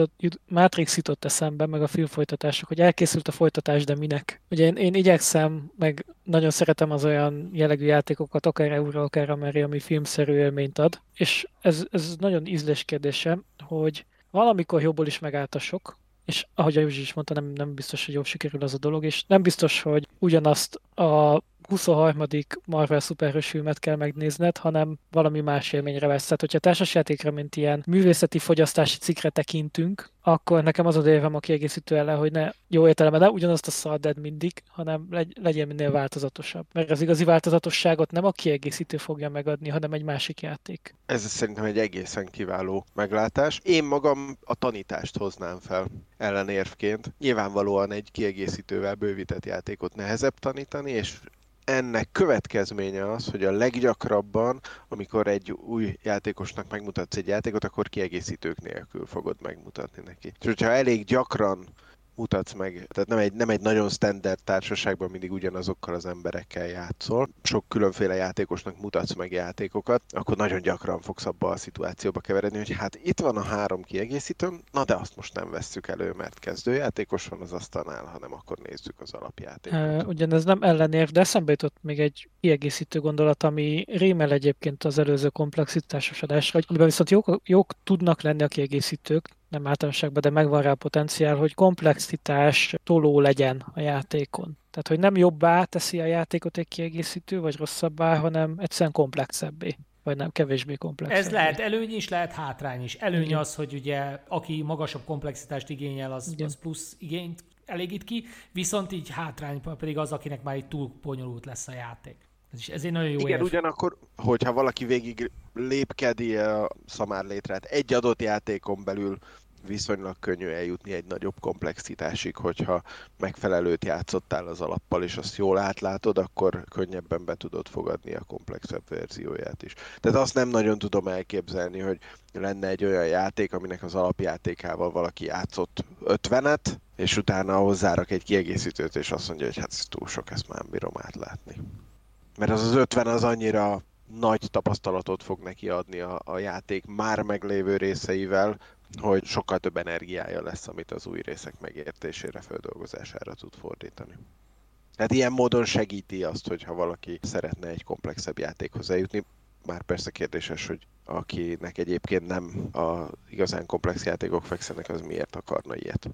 Matrix jutott eszembe, meg a filmfolytatások, hogy elkészült a folytatás, de minek? Ugye én igyekszem, meg nagyon szeretem az olyan jellegű játékokat, akár Euro, akár Ameri, ami filmszerű élményt ad, és ez nagyon ízlés kérdése, hogy valamikor jobból is megállt a sok, és ahogy a Józsi is mondta, nem biztos, hogy jól sikerül az a dolog, és nem biztos, hogy ugyanazt a 23. Marvel szuperhős filmet kell megnézned, hanem valami más élményre vesz. Tehát, hogyha társasjátékra, mint ilyen művészeti fogyasztási cikkre tekintünk, akkor nekem az a érvem a kiegészítő ellen, hogy ne jó értelemben ne ugyanazt a szarded mindig, hanem legyen minél változatosabb. Mert az igazi változatosságot nem a kiegészítő fogja megadni, hanem egy másik játék. Ez szerintem egy egészen kiváló meglátás. Én magam a tanítást hoznám fel ellenérvként. Nyilvánvalóan egy kiegészítővel bővített játékot nehezebb tanítani, és ennek következménye az, hogy a leggyakrabban, amikor egy új játékosnak megmutatsz egy játékot, akkor kiegészítők nélkül fogod megmutatni neki. És hogyha elég gyakran mutatsz meg, tehát nem egy nagyon standard társaságban mindig ugyanazokkal az emberekkel játszol, sok különféle játékosnak mutatsz meg játékokat, akkor nagyon gyakran fogsz abba a szituációba keveredni, hogy hát itt van a 3 kiegészítőm, na de azt most nem vesszük elő, mert kezdőjátékos van az asztalnál, hanem akkor nézzük az alapjátékot. Ugyanez nem ellenérv, de eszembe jutott még egy kiegészítő gondolat, ami rímel egyébként az előző komplexitásos adásra, amiben viszont jók tudnak lenni a kiegészítők, nem általánosságban, de megvan rá a potenciál, hogy komplexitás toló legyen a játékon. Tehát, hogy nem jobbá teszi a játékot egy kiegészítő, vagy rosszabbá, hanem egyszerűen komplexebbé, vagy nem kevésbé komplex. Ez lehet előny is, lehet hátrány is. Előny az, hogy ugye aki magasabb komplexitást igényel, az plusz igényt elégít ki, viszont így hátrány pedig az, akinek már így túl bonyolult lesz a játék. Ez egy nagyon jó Igen, érv. ugyanakkor, hogyha valaki végig lépkedi a szamárlétrát egy adott játékon belül, viszonylag könnyű eljutni egy nagyobb komplexitásig, hogyha megfelelőt játszottál az alappal, és azt jól átlátod, akkor könnyebben be tudod fogadni a komplexebb verzióját is. Tehát azt nem nagyon tudom elképzelni, hogy lenne egy olyan játék, aminek az alapjátékával valaki játszott 50-et, és utána hozzárak egy kiegészítőt, és azt mondja, hogy hát ez túl sok, ezt már nem bírom átlátni. Mert az 50 az annyira nagy tapasztalatot fog neki adni a játék már meglévő részeivel, hogy sokkal több energiája lesz, amit az új részek megértésére, feldolgozására tud fordítani. Tehát ilyen módon segíti azt, hogyha valaki szeretne egy komplexebb játékhoz eljutni. Már persze kérdéses, hogy akinek egyébként nem a igazán komplex játékok fekszenek, az miért akarna ilyet.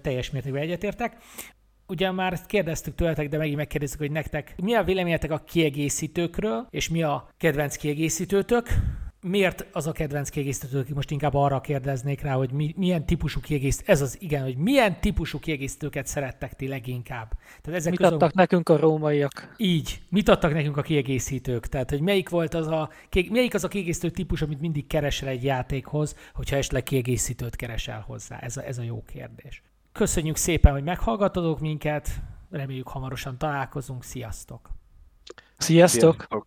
teljes mértékben egyetértek. Ugye már ezt kérdeztük tőletek, de megint megkérdezzük, hogy nektek mi a véleményetek a kiegészítőkről, és mi a kedvenc kiegészítőtök. Miért az a kedvenc kiegészítőtök? Most inkább arra kérdeznék rá, hogy milyen típusú hogy milyen típusú kiegészítőket szerettek ti leginkább? Tehát ezek Mit adtak nekünk a rómaiak? Így. Mit adtak nekünk a kiegészítők? Tehát, hogy melyik az a kiegészítő típus, amit mindig keresel egy játékhoz, hogyha esetleg kiegészítőt keresel hozzá? Ez a jó kérdés. Köszönjük szépen, hogy meghallgatotok minket. Reméljük hamarosan találkozunk. Sziasztok! Sziasztok!